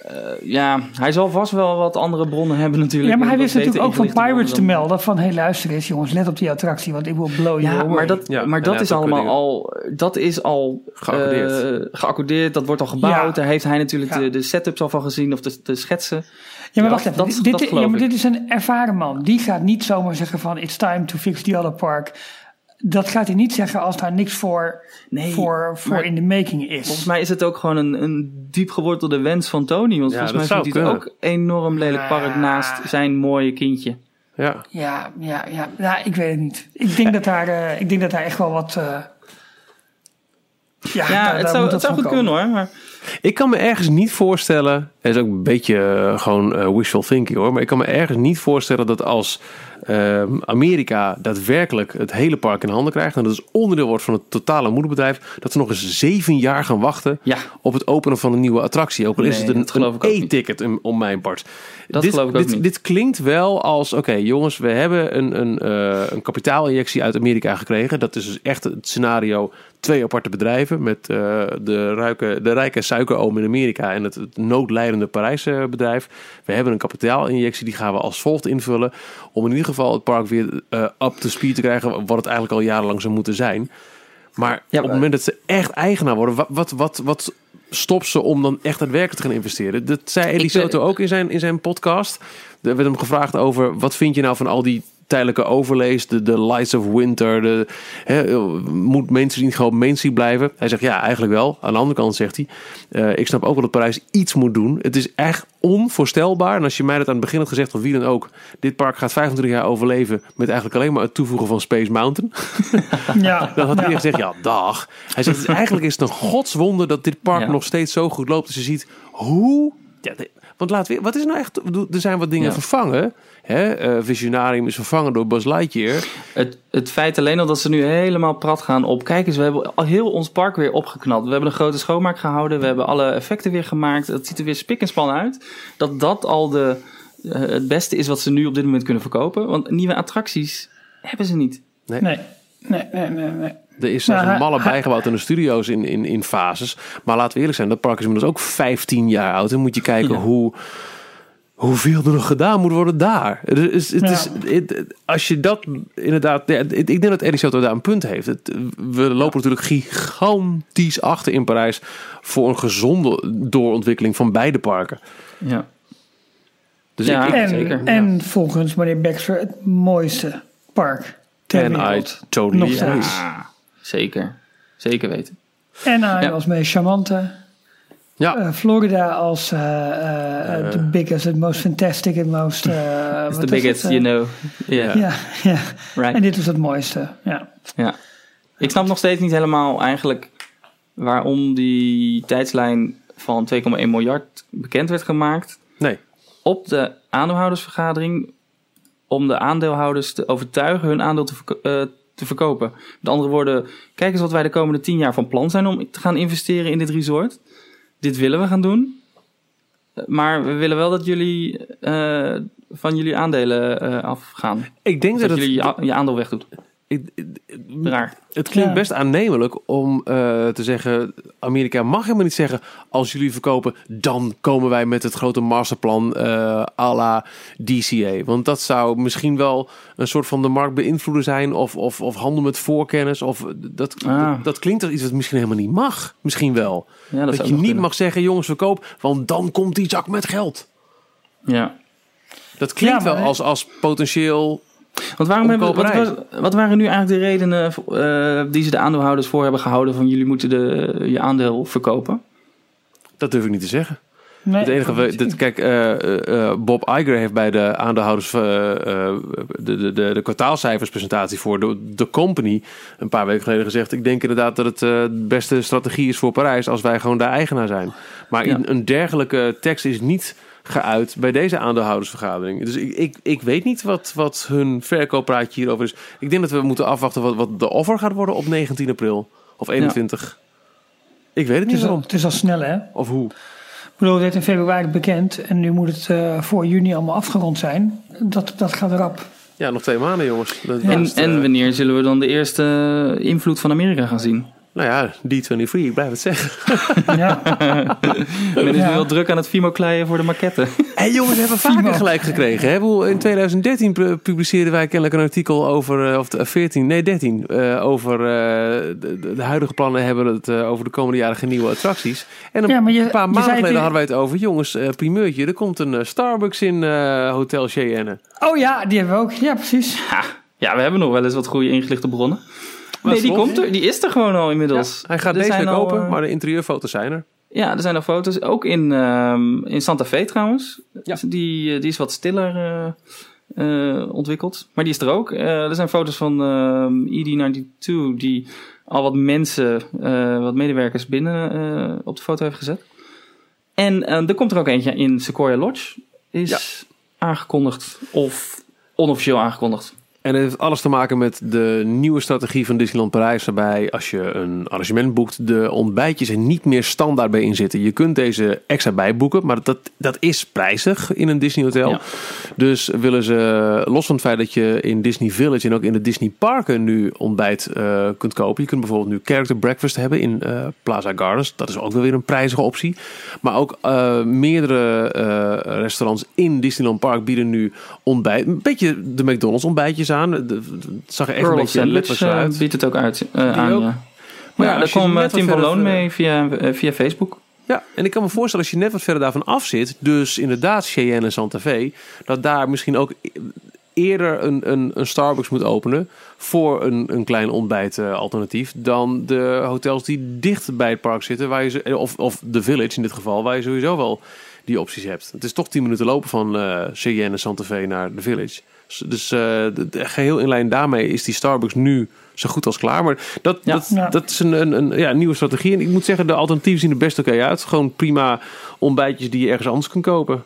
hij zal vast wel wat andere bronnen hebben natuurlijk. Ja, maar hij wist natuurlijk ook van Pirates te dan melden van... hey, luister eens jongens, let op die attractie, want ik wil blow you away. Maar dat is allemaal al... Dat is al geaccordeerd, dat wordt al gebouwd. Daar heeft hij natuurlijk de setups al van gezien, of de schetsen. Ja, maar wacht even. Dit is een ervaren man. Die gaat niet zomaar zeggen van... it's time to fix the other park. Dat gaat hij niet zeggen als daar niks voor in de making is. Volgens mij is het ook gewoon een diep gewortelde wens van Tony. Want volgens mij vindt hij het ook enorm lelijk park naast zijn mooie kindje. Ja, ik weet het niet. Ik denk dat daar echt wel wat... het zou goed kunnen hoor. Maar... Ik kan me ergens niet voorstellen... Het is ook een beetje gewoon wishful thinking hoor. Maar ik kan me ergens niet voorstellen dat als Amerika daadwerkelijk het hele park in handen krijgt... en dat is onderdeel wordt van het totale moederbedrijf... dat ze nog eens 7 jaar gaan wachten op het openen van een nieuwe attractie. Ook al is het een e-ticket om mijn part. Dat geloof ik ook niet. Dit klinkt wel als... Oké, jongens, we hebben een kapitaalinjectie uit Amerika gekregen. Dat is dus echt het scenario... 2 aparte bedrijven met de rijke suikeroom in Amerika en het noodlijdende Parijse bedrijf. We hebben een kapitaalinjectie, die gaan we als volgt invullen om in ieder geval het park weer up to speed te krijgen, wat het eigenlijk al jarenlang zou moeten zijn. Maar op het moment dat ze echt eigenaar worden, wat stopt ze om dan echt daadwerkelijk te gaan investeren? Dat zei Elie Soto ook in zijn podcast. Er werd hem gevraagd over, wat vind je nou van al die tijdelijke overlays, de Lights of Winter, moet Main Street niet gewoon Main Street blijven? Hij zegt ja, eigenlijk wel. Aan de andere kant zegt hij, ik snap ook wel dat Parijs iets moet doen. Het is echt onvoorstelbaar. En als je mij dat aan het begin had gezegd, of wie dan ook, dit park gaat 25 jaar overleven met eigenlijk alleen maar het toevoegen van Space Mountain. Dan had hij gezegd, ja, dag. Hij zegt, eigenlijk is het een godswonder dat dit park nog steeds zo goed loopt. Dus je ziet hoe... Want wat is nou echt... Er zijn wat dingen vervangen. Visionarium is vervangen door Buzz Lightyear. Het feit alleen al dat ze nu helemaal prat gaan op... Kijk eens, we hebben al heel ons park weer opgeknapt. We hebben een grote schoonmaak gehouden. We hebben alle effecten weer gemaakt. Het ziet er weer spik en span uit. Dat al het beste is wat ze nu op dit moment kunnen verkopen. Want nieuwe attracties hebben ze niet. Nee. Er is zelfs een malle bijgebouwd in de studio's in fases. Maar laten we eerlijk zijn, dat park is inmiddels ook 15 jaar oud. En moet je kijken hoeveel er nog gedaan moet worden daar. Als je dat inderdaad... ik denk dat Elie Soto daar een punt heeft. We lopen natuurlijk gigantisch achter in Parijs voor een gezonde doorontwikkeling van beide parken. Ja. Dus zeker. En volgens meneer Baxter het mooiste park ter wereld. I totally agree. Ja, zeker. Zeker weten. Anaheim als meest charmante. Ja. Florida als the biggest, the most fantastic, the most... It's the biggest, you know. Ja. Right. En dit was het mooiste. Ja. Ik snap nog steeds niet helemaal eigenlijk waarom die tijdslijn van 2,1 miljard bekend werd gemaakt. Nee. Op de aandeelhoudersvergadering om de aandeelhouders te overtuigen hun aandeel te verkopen. Met andere woorden, kijk eens wat wij de komende 10 jaar van plan zijn om te gaan investeren in dit resort. Dit willen we gaan doen. Maar we willen wel dat jullie van jullie aandelen afgaan. Ik denk dat jullie je aandeel wegdoet. Raar. Het klinkt best aannemelijk om te zeggen... Amerika mag helemaal niet zeggen... als jullie verkopen, dan komen wij met het grote masterplan à la DCA. Want dat zou misschien wel een soort van de markt beïnvloeden zijn... of handel met voorkennis. Of dat klinkt als iets dat misschien helemaal niet mag. Misschien wel. Ja, dat je niet mag zeggen, jongens, verkoop... want dan komt die zak met geld. Ja. Dat klinkt wel als potentieel... Want wat waren nu eigenlijk de redenen die ze de aandeelhouders voor hebben gehouden van jullie moeten je aandeel verkopen? Dat durf ik niet te zeggen. Nee, het enige, kijk, Bob Iger heeft bij de aandeelhouders de kwartaalcijferspresentatie voor de company een paar weken geleden gezegd. Ik denk inderdaad dat het de beste strategie is voor Parijs als wij gewoon de eigenaar zijn. Maar een dergelijke tekst is niet geuit bij deze aandeelhoudersvergadering. Dus ik weet niet wat hun verkooppraatje hierover is. Ik denk dat we moeten afwachten wat de offer gaat worden op 19 april of 21. Ja. Ik weet het niet waarom. Het is al snel, hè? Of hoe? Ik bedoel, het werd in februari bekend en nu moet het voor juni allemaal afgerond zijn. Dat gaat rap. Ja, nog 2 maanden, jongens. En wanneer zullen we dan de eerste invloed van Amerika gaan zien? Nou ja, D23, ik blijf het zeggen. Ja. Men is nu wel druk aan het Fimo-kleien voor de maquette. Hey jongens, we hebben vaker gelijk gekregen. Hè? In 2013 publiceerden wij kennelijk een artikel over, 13, over de huidige plannen hebben het over de komende jaren geen nieuwe attracties. En een paar maanden geleden hadden wij het over, jongens, primeurtje, er komt een Starbucks in Hotel Cheyenne. Oh ja, die hebben we ook. Ja, precies. Ja, we hebben nog wel eens wat goede ingelichte bronnen. Nee, die komt er. Die is er gewoon al inmiddels. Ja, hij gaat deze week open, maar de interieurfoto's zijn er. Ja, er zijn nog foto's. Ook in Santa Fe trouwens. Ja. Die is wat stiller ontwikkeld. Maar die is er ook. Er zijn foto's van ED92 die al wat mensen, wat medewerkers binnen op de foto heeft gezet. En er komt er ook eentje in Sequoia Lodge. Is aangekondigd of onofficieel aangekondigd. En het heeft alles te maken met de nieuwe strategie van Disneyland Parijs, waarbij als je een arrangement boekt, de ontbijtjes er niet meer standaard bij in zitten. Je kunt deze extra bijboeken, maar dat is prijzig in een Disney hotel. Ja. Dus willen ze, los van het feit dat je in Disney Village en ook in de Disney parken nu ontbijt kunt kopen. Je kunt bijvoorbeeld nu character breakfast hebben in Plaza Gardens. Dat is ook wel weer een prijzige optie. Maar ook meerdere restaurants in Disneyland Park bieden nu ontbijt. Een beetje de McDonald's ontbijtjes aan. Het zag er echt een beetje letters uit. Biedt het ook uit aan. Ja. Maar ja, daar kwam Tim van Loon mee via Facebook. Ja, en ik kan me voorstellen als je net wat verder daarvan af zit, dus inderdaad Cheyenne en Santa Fe, dat daar misschien ook eerder een Starbucks moet openen voor een klein ontbijtalternatief dan de hotels die dicht bij het park zitten, waar je of de Village in dit geval, waar je sowieso wel die opties hebt. Het is toch 10 minuten lopen van Cheyenne en Santa Fe naar de Village. Dus geheel in lijn daarmee is die Starbucks nu zo goed als klaar. Maar dat is een nieuwe strategie. En ik moet zeggen, de alternatieven zien er best oké uit. Gewoon prima ontbijtjes die je ergens anders kunt kopen.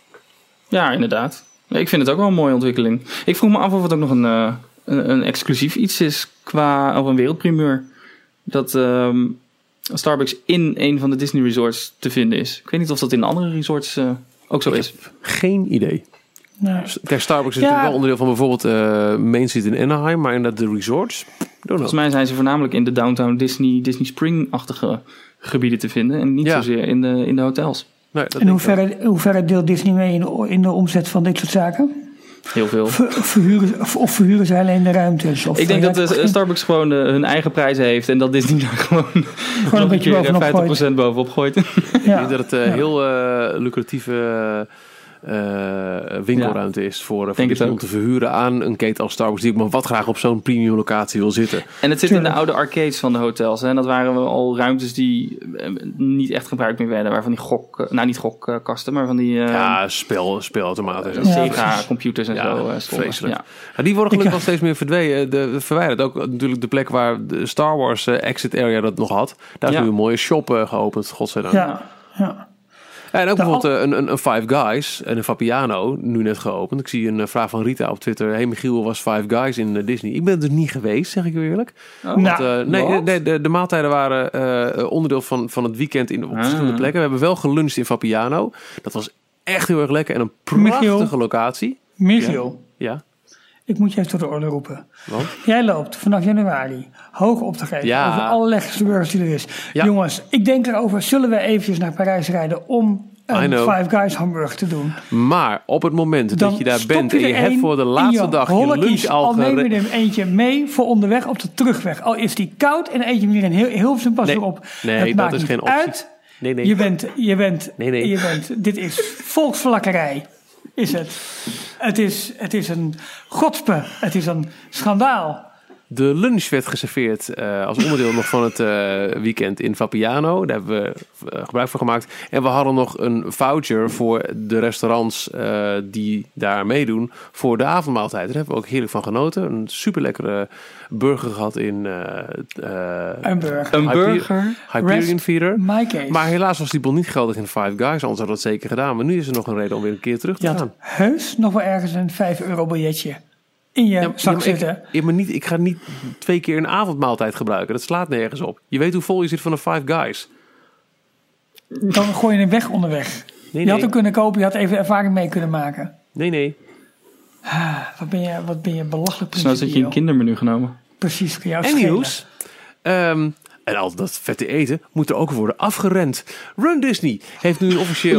Ja, inderdaad. Ik vind het ook wel een mooie ontwikkeling. Ik vroeg me af of het ook nog een exclusief iets is of een wereldprimeur. Dat Starbucks in een van de Disney resorts te vinden is. Ik weet niet of dat in andere resorts ook zo is. Ik heb geen idee. Nee. Kijk, Starbucks is natuurlijk wel onderdeel van bijvoorbeeld Main Street in Anaheim, maar in de resorts, volgens mij zijn ze voornamelijk in de downtown Disney Spring-achtige gebieden te vinden en niet zozeer in de hotels. Nee, en hoeverre deelt Disney mee in de omzet van dit soort zaken? Heel veel. Verhuren ze alleen de ruimtes? Ik denk dat Starbucks gewoon hun eigen prijzen heeft en dat Disney daar gewoon een beetje 50% bovenop gooit. Ik denk dat het heel lucratieve winkelruimte is voor Disney om te verhuren aan een keten als Starbucks die ook maar wat graag op zo'n premium locatie wil zitten. En het zit in de oude arcades van de hotels. Hè? En dat waren al ruimtes die niet echt gebruikt meer werden. Waarvan die niet gokkasten, maar van die speelautomaten. Sega-computers en zo. Vreselijk. Ja, die worden gelukkig wel steeds meer verwijderd. Ook natuurlijk de plek waar de Star Wars exit area dat nog had. Daar is nu een mooie shop geopend, godzijdank. Ja. En ook bijvoorbeeld een Five Guys en een Vapiano, nu net geopend. Ik zie een vraag van Rita op Twitter. Hey Michiel, was Five Guys in Disney? Ik ben er dus niet geweest, zeg ik eerlijk. De maaltijden waren onderdeel van het weekend op verschillende plekken. We hebben wel geluncht in Vapiano. Dat was echt heel erg lekker en een prachtige locatie. Michiel. Ja. Ik moet je even tot de orde roepen. Want? Jij loopt vanaf januari hoog op te geven over alle burgers die er is. Ja. Jongens, ik denk erover, zullen we eventjes naar Parijs rijden om een Five Guys hamburger te doen? Maar op het moment dat je daar bent en je hebt voor de laatste dag je lunch al neem je er eentje mee voor onderweg op de terugweg. Al is die koud en eet je hem hier in heel veel pas op. Nee, dat is geen optie. Uit. Nee. Je bent, dit is volksvlakkerij. Is het. Het is een godspe. Het is een schandaal. De lunch werd geserveerd als onderdeel nog van het weekend in Vapiano. Daar hebben we gebruik van gemaakt. En we hadden nog een voucher voor de restaurants die daar meedoen voor de avondmaaltijd. Daar hebben we ook heerlijk van genoten. Een super lekkere burger gehad in een burger. Hyperion Theater. Maar helaas was die bon niet geldig in Five Guys. Anders hadden we dat zeker gedaan. Maar nu is er nog een reden om weer een keer terug te gaan. Heus nog wel ergens een €5 biljetje in je zak zitten. Ik ga niet 2 keer een avondmaaltijd gebruiken. Dat slaat nergens op. Je weet hoe vol je zit van een Five Guys. Dan gooi je hem weg onderweg. Je had hem kunnen kopen. Je had even ervaring mee kunnen maken. Nee. Wat ben je belachelijk. Snel dat je een kindermenu genomen. Precies. En nieuws. En al dat vette eten moet er ook worden afgerend. Run Disney heeft nu een officieel...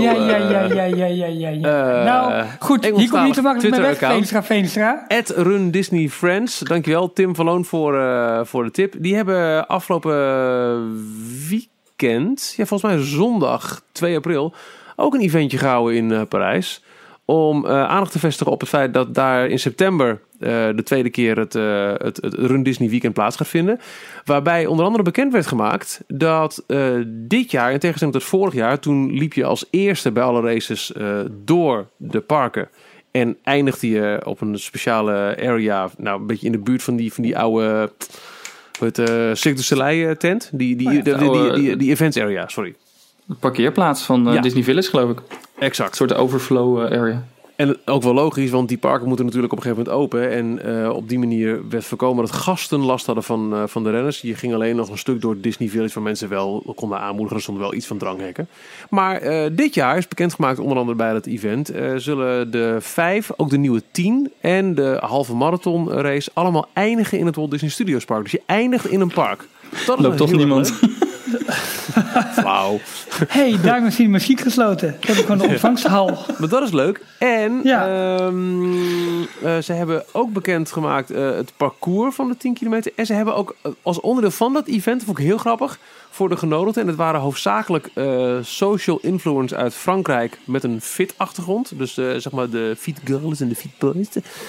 Nou, goed, hier komt niet te makkelijk mee weg, Veenstra. @Run Disney Friends. Dankjewel, Tim van Loon, voor de tip. Die hebben afgelopen weekend, volgens mij zondag 2 april... ook een eventje gehouden in Parijs. Om aandacht te vestigen op het feit dat daar in september de tweede keer het Run Disney Weekend plaats gaat vinden. Waarbij onder andere bekend werd gemaakt dat dit jaar, in tegenstelling tot vorig jaar, toen liep je als eerste bij alle races door de parken. En eindigde je op een speciale area, nou een beetje in de buurt van die oude Cirque du Soleil tent. Die events area, sorry. De parkeerplaats van Disney Village, geloof ik. Exact. Een soort overflow area. En ook wel logisch, want die parken moeten natuurlijk op een gegeven moment open. En op die manier werd voorkomen dat gasten last hadden van de renners. Je ging alleen nog een stuk door Disney Village waar mensen wel konden aanmoedigen. Er stond wel iets van dranghekken. Maar dit jaar is bekendgemaakt, onder andere bij dat event, zullen de 5, ook de nieuwe 10 en de halve marathon race allemaal eindigen in het Walt Disney Studios Park. Dus je eindigt in een park. Dat loopt toch niemand? Flauw. Hey, daar is die muziek gesloten. Dat heb ik gewoon de ontvangsthal. Maar dat is leuk. En ze hebben ook bekendgemaakt het parcours van de 10 kilometer. En ze hebben ook als onderdeel van dat event, dat vond ik heel grappig, voor de genodigden. En het waren hoofdzakelijk social influencers uit Frankrijk met een fit achtergrond. Dus zeg maar de fit girls en de fit boys.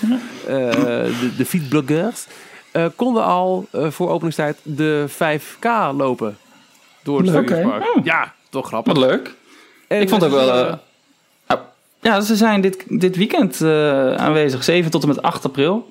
De fit bloggers. Konden al voor openingstijd de 5K lopen. Door het Studiopark. Ja, toch grappig. Wat leuk. En ik vond het ook wel... ja, ze zijn dit weekend aanwezig. 7 tot en met 8 april.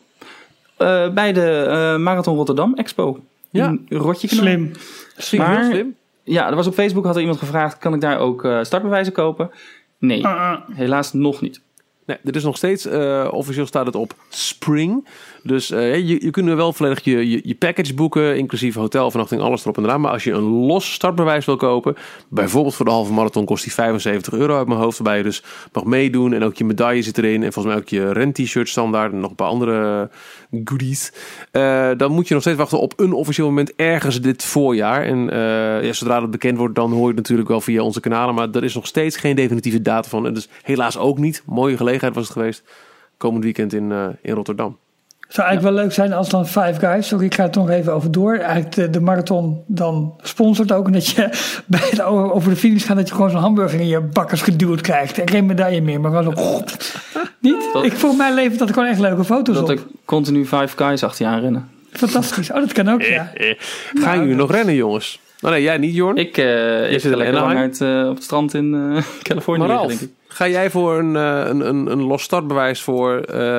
Bij de Marathon Rotterdam Expo. In Rotjekanaal. Slim. Ja, er was op Facebook, had er iemand gevraagd, kan ik daar ook startbewijzen kopen? Nee, helaas nog niet. Nee, dit is nog steeds, officieel staat het op Spring. Dus je kunt nu wel volledig je package boeken, inclusief hotelovernachting, alles erop en eraan. Maar als je een los startbewijs wil kopen, bijvoorbeeld voor de halve marathon kost die €75 uit mijn hoofd. Waarbij je dus mag meedoen en ook je medaille zit erin. En volgens mij ook je ren-t-shirt standaard en nog een paar andere goodies. Dan moet je nog steeds wachten op een officieel moment ergens dit voorjaar. En zodra dat bekend wordt, dan hoor je het natuurlijk wel via onze kanalen. Maar er is nog steeds geen definitieve datum van. En dus helaas ook niet. Mooie gelegenheid was het geweest. Komend weekend in Rotterdam. Zou eigenlijk wel leuk zijn als dan Five Guys, sorry, ik ga het nog even over door, eigenlijk de marathon dan sponsort ook. En dat je over de finish gaat, dat je gewoon zo'n hamburger in je bakkers geduwd krijgt. En geen medaille meer, maar gewoon zo... Niet? Ik voel mijn leven dat ik gewoon echt leuke foto's dat op. Dat er continu Five Guys achter je aan rennen. Fantastisch. Oh, dat kan ook, ja. Gaan jullie nog rennen, jongens? Oh nee, jij niet, Jorn? Ik zit er lekker lang uit op het strand in Californië, Ralf, denk ik. Ga jij voor een los startbewijs voor...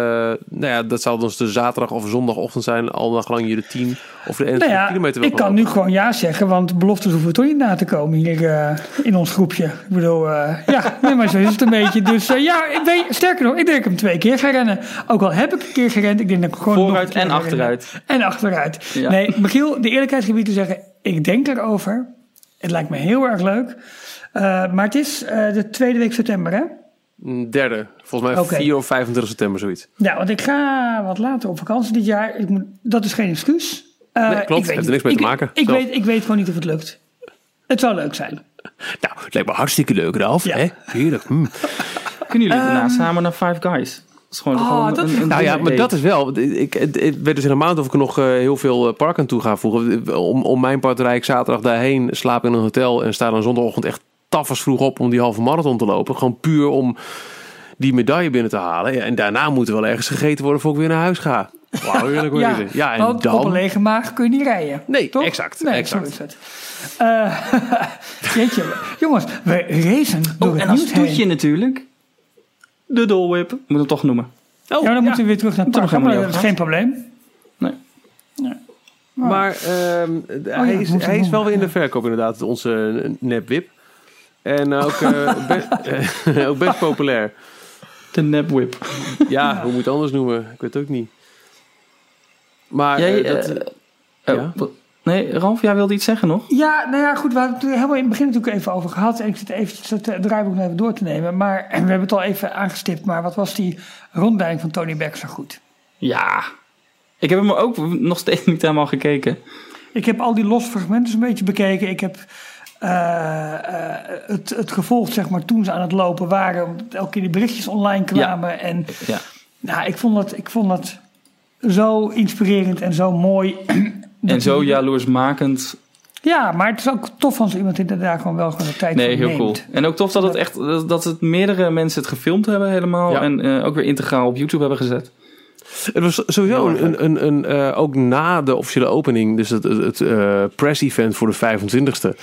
dat zal dus de zaterdag of zondagochtend zijn... al nog lang je de 10 of de 21 kilometer wil ik kan nu gewoon ja zeggen... want beloftes hoeven toch niet na te komen hier in ons groepje. Ik bedoel, maar zo is het een beetje. Dus sterker nog, ik denk dat ik hem 2 keer ga rennen. Ook al heb ik een keer gerend, ik denk dat ik gewoon vooruit en achteruit. En achteruit. Ja. Nee, Michiel, de eerlijkheidsgebied te zeggen... ik denk erover. Het lijkt me heel erg leuk... maar het is de tweede week september, hè? Derde. Volgens mij 4 of 25 september, zoiets. Ja, want ik ga wat later op vakantie dit jaar. Dat is geen excuus. Nee, klopt. Heeft er niks mee te maken. Ik weet gewoon niet of het lukt. Het zou leuk zijn. Nou, het lijkt me hartstikke leuk, Ralf. Ja. Hè? Heerlijk. Kunnen jullie daarna samen naar Five Guys? Dat is gewoon een nou ja, maar dat is wel... Ik weet dus helemaal of ik er nog heel veel park aan toe ga voegen. Om mijn part rijd ik zaterdag daarheen, slaap in een hotel... en sta dan zondagochtend echt tafels vroeg op om die halve marathon te lopen. Gewoon puur om die medaille binnen te halen. Ja, en daarna moet er wel ergens gegeten worden voor ik weer naar huis ga. Wauw, eerlijk hoor. Ja, en want dan... op een lege maag kun je niet rijden. Nee, toch? exact. Nee, exact. Zo is het. Jeetje, jongens, we racen door het en als nieuws heen. toetje natuurlijk. De Dole Whip. Moet hem toch noemen. Dan moeten we weer terug naar het park. Maar dat is geen probleem. Nee. Maar hij is wel weer in de verkoop inderdaad, onze nepwip. En ook, ook best populair. De nepwip. Ja, hoe moet je het anders noemen? Ik weet het ook niet. Maar nee, Ralf, jij wilde iets zeggen nog? Ja, nou ja, goed. We hadden het helemaal in het begin natuurlijk even over gehad. En ik zit eventjes het draaiboek nog even door te nemen. Maar we hebben het al even aangestipt. Maar wat was die rondleiding van Tony Beck zo goed? Ja, ik heb hem ook nog steeds niet helemaal gekeken. Ik heb al die losse fragmenten een beetje bekeken. Ik heb het gevolgd, zeg maar, toen ze aan het lopen waren. Omdat elke keer die berichtjes online kwamen. Ja. En nou, ik vond het zo inspirerend en zo mooi. En zo jaloersmakend. Ja, maar het is ook tof als iemand inderdaad gewoon wel gewoon de tijd voor neemt. Nee, heel cool. En ook tof dat het meerdere mensen het gefilmd hebben helemaal. Ja. En ook weer integraal op YouTube hebben gezet. Het was sowieso ook na de officiële opening, dus het press-event voor de 25e,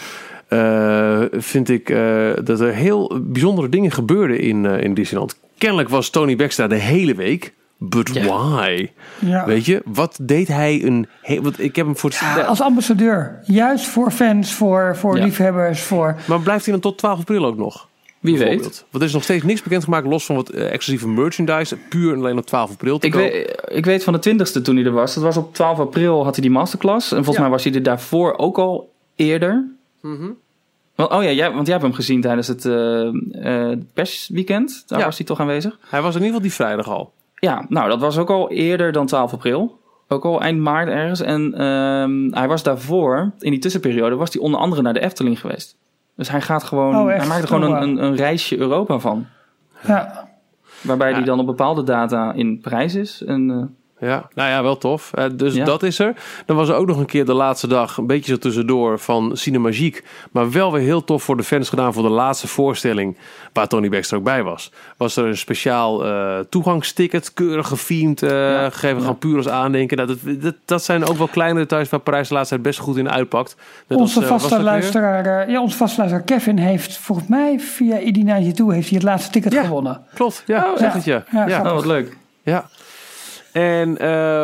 vind ik dat er heel bijzondere dingen gebeurden in Disneyland. Kennelijk was Tony Baxter de hele week. But why? Ja. Weet je, wat deed hij want ik heb hem voor als ambassadeur. Juist voor fans, voor liefhebbers, voor... Maar blijft hij dan tot 12 april ook nog? Wie weet. Want er is nog steeds niks bekendgemaakt, los van wat exclusieve merchandise. Puur alleen op 12 april te kopen. Ik weet van de 20e toen hij er was. Dat was op 12 april had hij die masterclass. En volgens mij was hij er daarvoor ook al eerder. Mm-hmm. Want jij hebt hem gezien tijdens het persweekend. Daar was hij toch aanwezig? Hij was in ieder geval die vrijdag al. Ja, nou dat was ook al eerder dan 12 april. Ook al eind maart ergens. En hij was daarvoor, in die tussenperiode, was hij onder andere naar de Efteling geweest. Dus hij gaat gewoon, hij maakt er gewoon een reisje Europa van. Ja. Waarbij hij dan op bepaalde data in Parijs is. En, ja, nou ja, wel tof. Dat is er. Dan was er ook nog een keer de laatste dag, een beetje zo tussendoor, van Cinemagique. Maar wel weer heel tof voor de fans gedaan voor de laatste voorstelling, waar Tony Baxter ook bij was. Was er een speciaal toegangsticket, keurig gefilmd, gegeven, gaan puur als aandenken. Nou, dat zijn ook wel kleine details waar Parijs de laatste tijd best goed in uitpakt. Onze vaste luisteraar Kevin heeft volgens mij via ID92 heeft hij het laatste ticket gewonnen. Klopt, zeg het je. Ja, wat leuk. Ja. En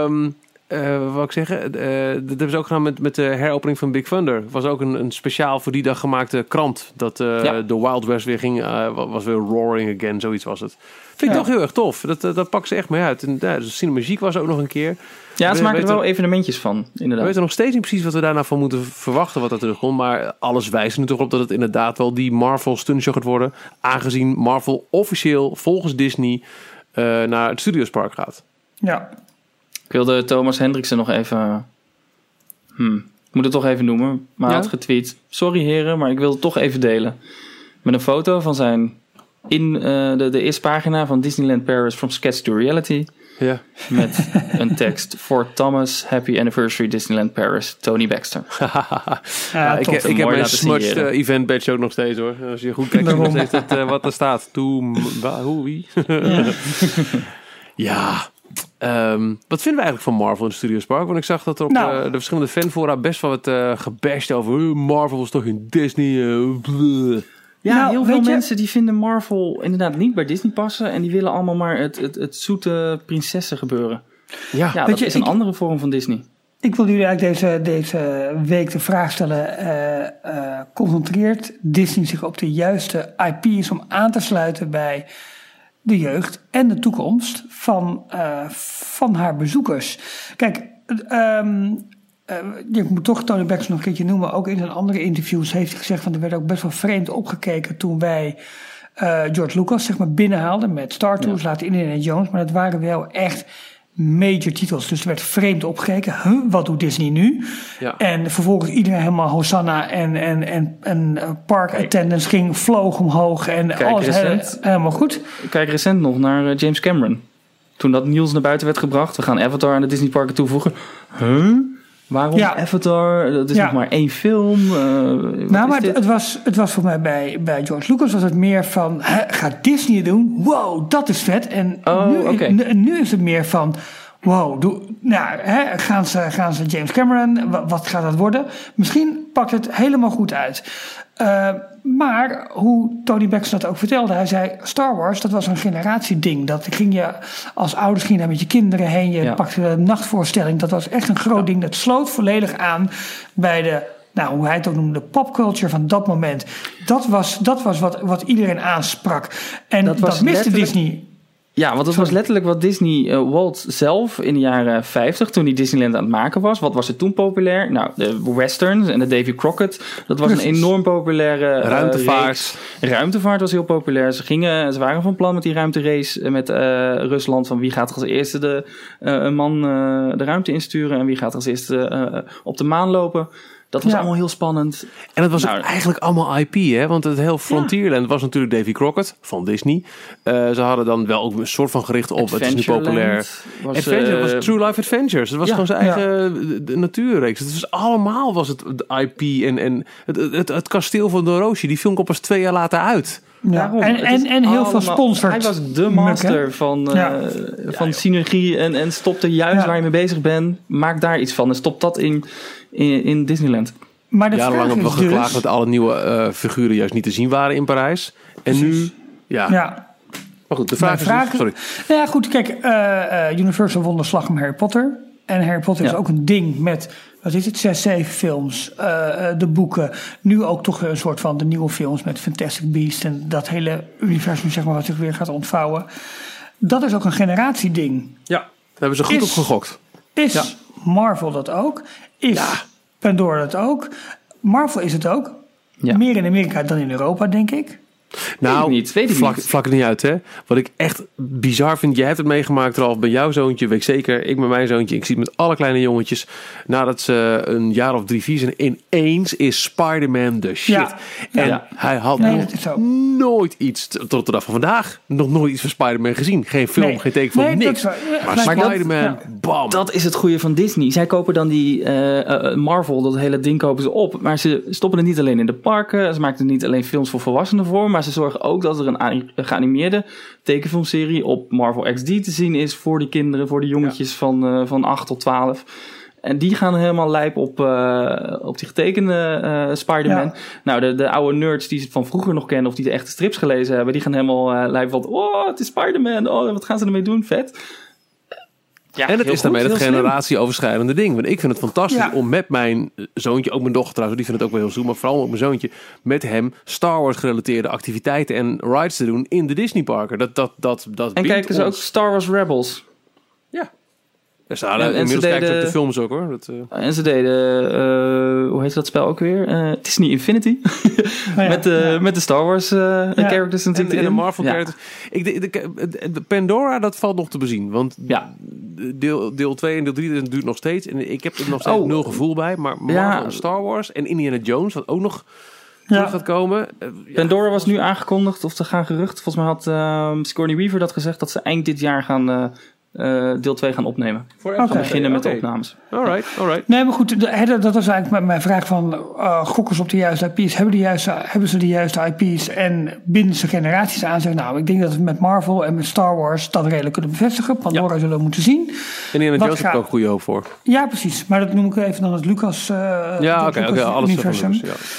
wat wil ik zeggen? Dat hebben ze ook gedaan met de heropening van Big Thunder. Was ook een speciaal voor die dag gemaakte krant. Dat de Wild West weer ging. Was weer Roaring Again, zoiets was het. Vind ik toch heel erg tof. Dat pakken ze echt mee uit. En dus Cinemagique was ook nog een keer. Ja, ze maken er wel evenementjes van, inderdaad. We weten nog steeds niet precies wat we daarna van moeten verwachten wat er terugkomt. Maar alles wijst er natuurlijk op dat het inderdaad wel die Marvel stuntshow gaat worden. Aangezien Marvel officieel volgens Disney naar het Studiospark gaat. Ja. Ik wilde Thomas Hendriksen nog even... Ik moet het toch even noemen. Maar hij had getweet. Sorry heren, maar ik wil het toch even delen. Met een foto van zijn... In de eerste pagina van Disneyland Paris From Sketch to Reality. Ja. Met een tekst. For Thomas, Happy Anniversary Disneyland Paris, Tony Baxter. Ik heb mijn smudged event badge ook nog steeds hoor. Als je goed kijkt, nog steeds wat er staat. Wie? Ja. Wat vinden we eigenlijk van Marvel in Studios Park? Want ik zag dat er op de verschillende fanfora best wel wat gebashed over Marvel was toch in Disney. Heel veel mensen die vinden Marvel inderdaad niet bij Disney passen. En die willen allemaal maar het zoete prinsessen gebeuren. Ja, dat is een andere vorm van Disney. Ik wil jullie eigenlijk deze week de vraag stellen. Concentreert Disney zich op de juiste IP's om aan te sluiten bij de jeugd en de toekomst van haar bezoekers? Kijk, je moet toch Tony Baxter nog een keertje noemen. Ook in zijn andere interviews heeft hij gezegd van er werd ook best wel vreemd opgekeken toen wij George Lucas zeg maar binnenhaalden met Star Tours, later Indiana Jones. Maar dat waren wel echt major titels. Dus er werd vreemd opgekeken. Wat doet Disney nu? Ja. En vervolgens iedereen helemaal Hosanna en park attendance vloog omhoog. En kijk, alles helemaal goed. Kijk recent nog naar James Cameron. Toen dat nieuws naar buiten werd gebracht. We gaan Avatar aan de Disney parken toevoegen. Waarom Avatar? Dat is nog maar 1 film. Maar het was voor mij bij George Lucas was het meer van... gaat Disney doen? Wow, dat is vet. En nu is het meer van... Wow, gaan ze James Cameron? Wat gaat dat worden? Misschien pakt het helemaal goed uit. Maar hoe Tony Baxter dat ook vertelde, hij zei Star Wars, dat was een generatieding. Dat ging je als ouders ging daar met je kinderen heen. Je pakte de nachtvoorstelling. Dat was echt een groot ding. Dat sloot volledig aan bij de, hoe hij het ook noemde, de popculture van dat moment. Dat was wat iedereen aansprak. En dat miste Disney. Ja, want het was letterlijk wat Disney, Walt zelf in de jaren 50, toen hij Disneyland aan het maken was. Wat was er toen populair? Nou, de westerns en de Davy Crockett. Dat was een enorm populaire ruimtevaart. Ruimtevaart was heel populair. Ze waren van plan met die ruimterace met Rusland. Van wie gaat er als eerste de ruimte insturen en wie gaat er als eerste op de maan lopen. Dat was allemaal heel spannend. En het was ook eigenlijk allemaal IP, hè? Want het heel Frontierland was natuurlijk Davy Crockett van Disney. Ze hadden dan wel ook een soort van gericht op. Het is nu populair. Adventure was True Life Adventures. Het was gewoon zijn eigen natuurreeks. Het was allemaal was het IP en het kasteel van Dorothy. Die film kwam pas 2 jaar later uit. Ja. En heel veel sponsors. Hij was de master van synergie en stop er juist waar je mee bezig bent. Maak daar iets van en stop dat in Disneyland. Maar jarenlang hebben we geklaagd dat alle nieuwe figuren juist niet te zien waren in Parijs. En nu, ja. Maar goed, de vraag is... Sorry. Nou ja, goed, kijk. Universal won de slag om Harry Potter. En Harry Potter is ook een ding met... Wat is het? 6, 7 films. De boeken. Nu ook toch een soort van de nieuwe films met Fantastic Beasts. En dat hele universum, zeg maar, wat zich weer gaat ontvouwen. Dat is ook een generatieding. Ja, daar hebben ze goed op gegokt. Is Marvel dat ook? Is Pandora dat ook? Marvel is het ook. Ja. Meer in Amerika dan in Europa, denk ik. Nou, weet ik niet. Vlak het niet uit, hè. Wat ik echt bizar vind, jij hebt het meegemaakt, Ralf, bij jouw zoontje, weet ik zeker. Ik met mijn zoontje, ik zie het met alle kleine jongetjes. Nadat ze een jaar of 3, 4 zijn, ineens is Spider-Man de shit. Ja. En hij had nooit iets, tot de dag van vandaag, nog nooit iets van Spider-Man gezien. Geen film, geen teken van niks. Maar Spider-Man, bam. Dat is het goede van Disney. Zij kopen dan die Marvel, dat hele ding kopen ze op. Maar ze stoppen het niet alleen in de parken. Ze maken er niet alleen films voor volwassenen voor. Maar ze zorgen ook dat er een geanimeerde tekenfilmserie op Marvel XD te zien is voor die kinderen, voor de jongetjes van 8 tot 12. En die gaan helemaal lijp op die getekende Spider-Man. Ja. Nou, de oude nerds die ze van vroeger nog kennen of die de echte strips gelezen hebben, die gaan helemaal lijp van, oh, het is Spider-Man, oh, wat gaan ze ermee doen, vet. Ja, en het is daarmee het generatieoverschrijdende ding. Want ik vind het fantastisch om met mijn zoontje, ook mijn dochter trouwens, die vindt het ook wel heel zoet, maar vooral ook mijn zoontje, met hem Star Wars gerelateerde activiteiten en rides te doen in de Disneyparken. Dat en kijken ze ook Star Wars Rebels. Ja. Inmiddels kijken ze ook de films ook, hoor. En ze deden, hoe heet dat spel ook weer? Disney Infinity. Met de Star Wars characters natuurlijk. En de Marvel characters. De Pandora, dat valt nog te bezien. Want deel 2 en deel 3 duurt nog steeds. En ik heb er nog steeds nul gevoel bij. Maar Marvel en Star Wars en Indiana Jones, wat ook nog terug gaat komen. Pandora was nu aangekondigd, of ze gaan gerucht. Volgens mij had Sigourney Weaver dat gezegd, dat ze eind dit jaar gaan... deel 2 gaan opnemen. Gaan beginnen met de opnames. Alright. Nee, maar goed, dat was eigenlijk mijn vraag van gokkers op de juiste IP's. Hebben ze de juiste IP's en binden ze generaties aan? Zeg, nou, ik denk dat we met Marvel en met Star Wars dat redelijk kunnen bevestigen. Pandora zullen we moeten zien. En Indiana Jones heb ik ook goede hoop voor. Ja, precies. Maar dat noem ik even dan het Lucas alles universum.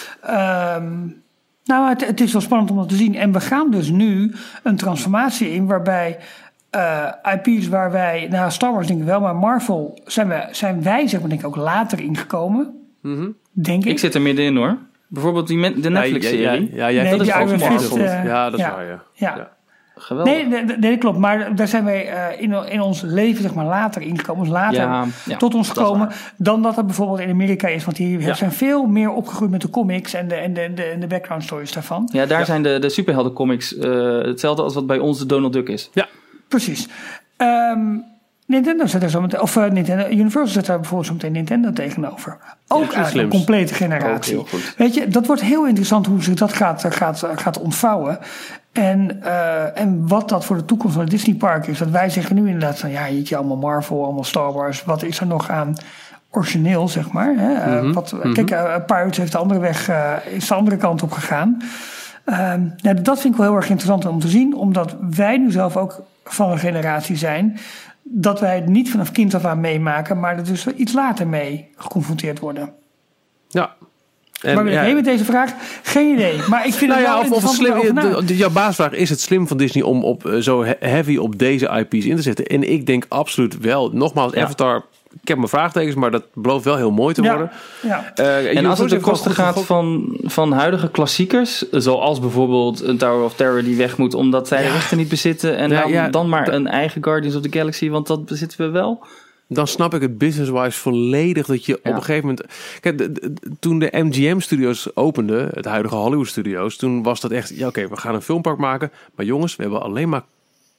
Nou, het is wel spannend om dat te zien. En we gaan dus nu een transformatie in waarbij IP's waar wij, Star Wars denk ik wel, maar Marvel zijn wij zeg maar denk ik ook later ingekomen. Mm-hmm. Denk ik. Ik zit er middenin hoor. Bijvoorbeeld de Netflix-serie. Dat is ook Marvel. Ja, dat is waar, ja. Geweldig. Nee, dat klopt. Maar daar zijn wij in ons leven zeg maar later ingekomen. Later tot ons gekomen dan dat het bijvoorbeeld in Amerika is. Want die zijn veel meer opgegroeid met de comics en de background stories daarvan. Ja, daar zijn de superheldencomics hetzelfde als wat bij ons de Donald Duck is. Ja. Precies. Nintendo zet er zo meteen, of Universal zet daar bijvoorbeeld zo meteen Nintendo tegenover. Ook uit een complete generatie. Weet je, dat wordt heel interessant hoe zich dat gaat ontvouwen. En wat dat voor de toekomst van het Disneypark is. Dat wij zeggen nu inderdaad van jeetje, allemaal Marvel, allemaal Star Wars. Wat is er nog aan origineel, zeg maar. Hè? Kijk, Pirates heeft de andere weg, is de andere kant op gegaan. Dat vind ik wel heel erg interessant om te zien. Omdat wij nu zelf ook van een generatie zijn dat wij het niet vanaf kind af aan meemaken, maar er dus iets later mee geconfronteerd worden. Ja. Maar ben ik heen met deze vraag? Geen idee. Maar ik vind het wel interessant. Jouw baasvraag, is het slim van Disney om zo heavy op deze IP's in te zetten? En ik denk absoluut wel. Nogmaals, Avatar ik heb mijn vraagtekens, maar dat belooft wel heel mooi te worden. Ja. En als het ten koste gaat van huidige klassiekers, zoals bijvoorbeeld een Tower of Terror die weg moet omdat zij de rechten niet bezitten en dan maar een eigen Guardians of the Galaxy, want dat bezitten we wel. Dan snap ik het business-wise volledig dat je op een gegeven moment... Kijk, toen de MGM Studios opende, het huidige Hollywood Studios, toen was dat echt... Oké, we gaan een filmpark maken, maar jongens, we hebben alleen maar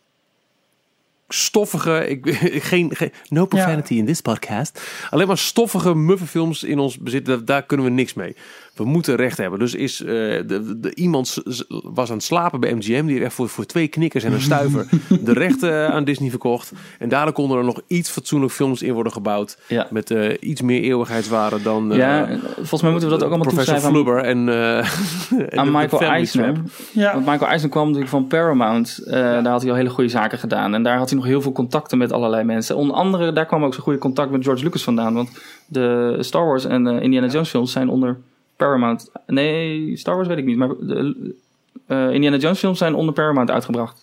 stoffige... no profanity in this podcast. Alleen maar stoffige muffenfilms in ons bezit, daar kunnen we niks mee. We moeten recht hebben. Dus iemand was aan het slapen bij MGM. Die echt voor 2 knikkers en een stuiver de rechten aan Disney verkocht. En daardoor konden er nog iets fatsoenlijk films in worden gebouwd. Ja. Met iets meer eeuwigheidswaarde dan... volgens mij moeten we dat ook allemaal toeschrijven Flubber aan Michael Eisner. Ja. Want Michael Eisner kwam natuurlijk van Paramount. Daar had hij al hele goede zaken gedaan. En daar had hij nog heel veel contacten met allerlei mensen. Onder andere, daar kwam ook zo'n goede contact met George Lucas vandaan. Want de Star Wars en Indiana Jones films zijn onder... Paramount. Nee, Star Wars weet ik niet. Maar de Indiana Jones films zijn onder Paramount uitgebracht.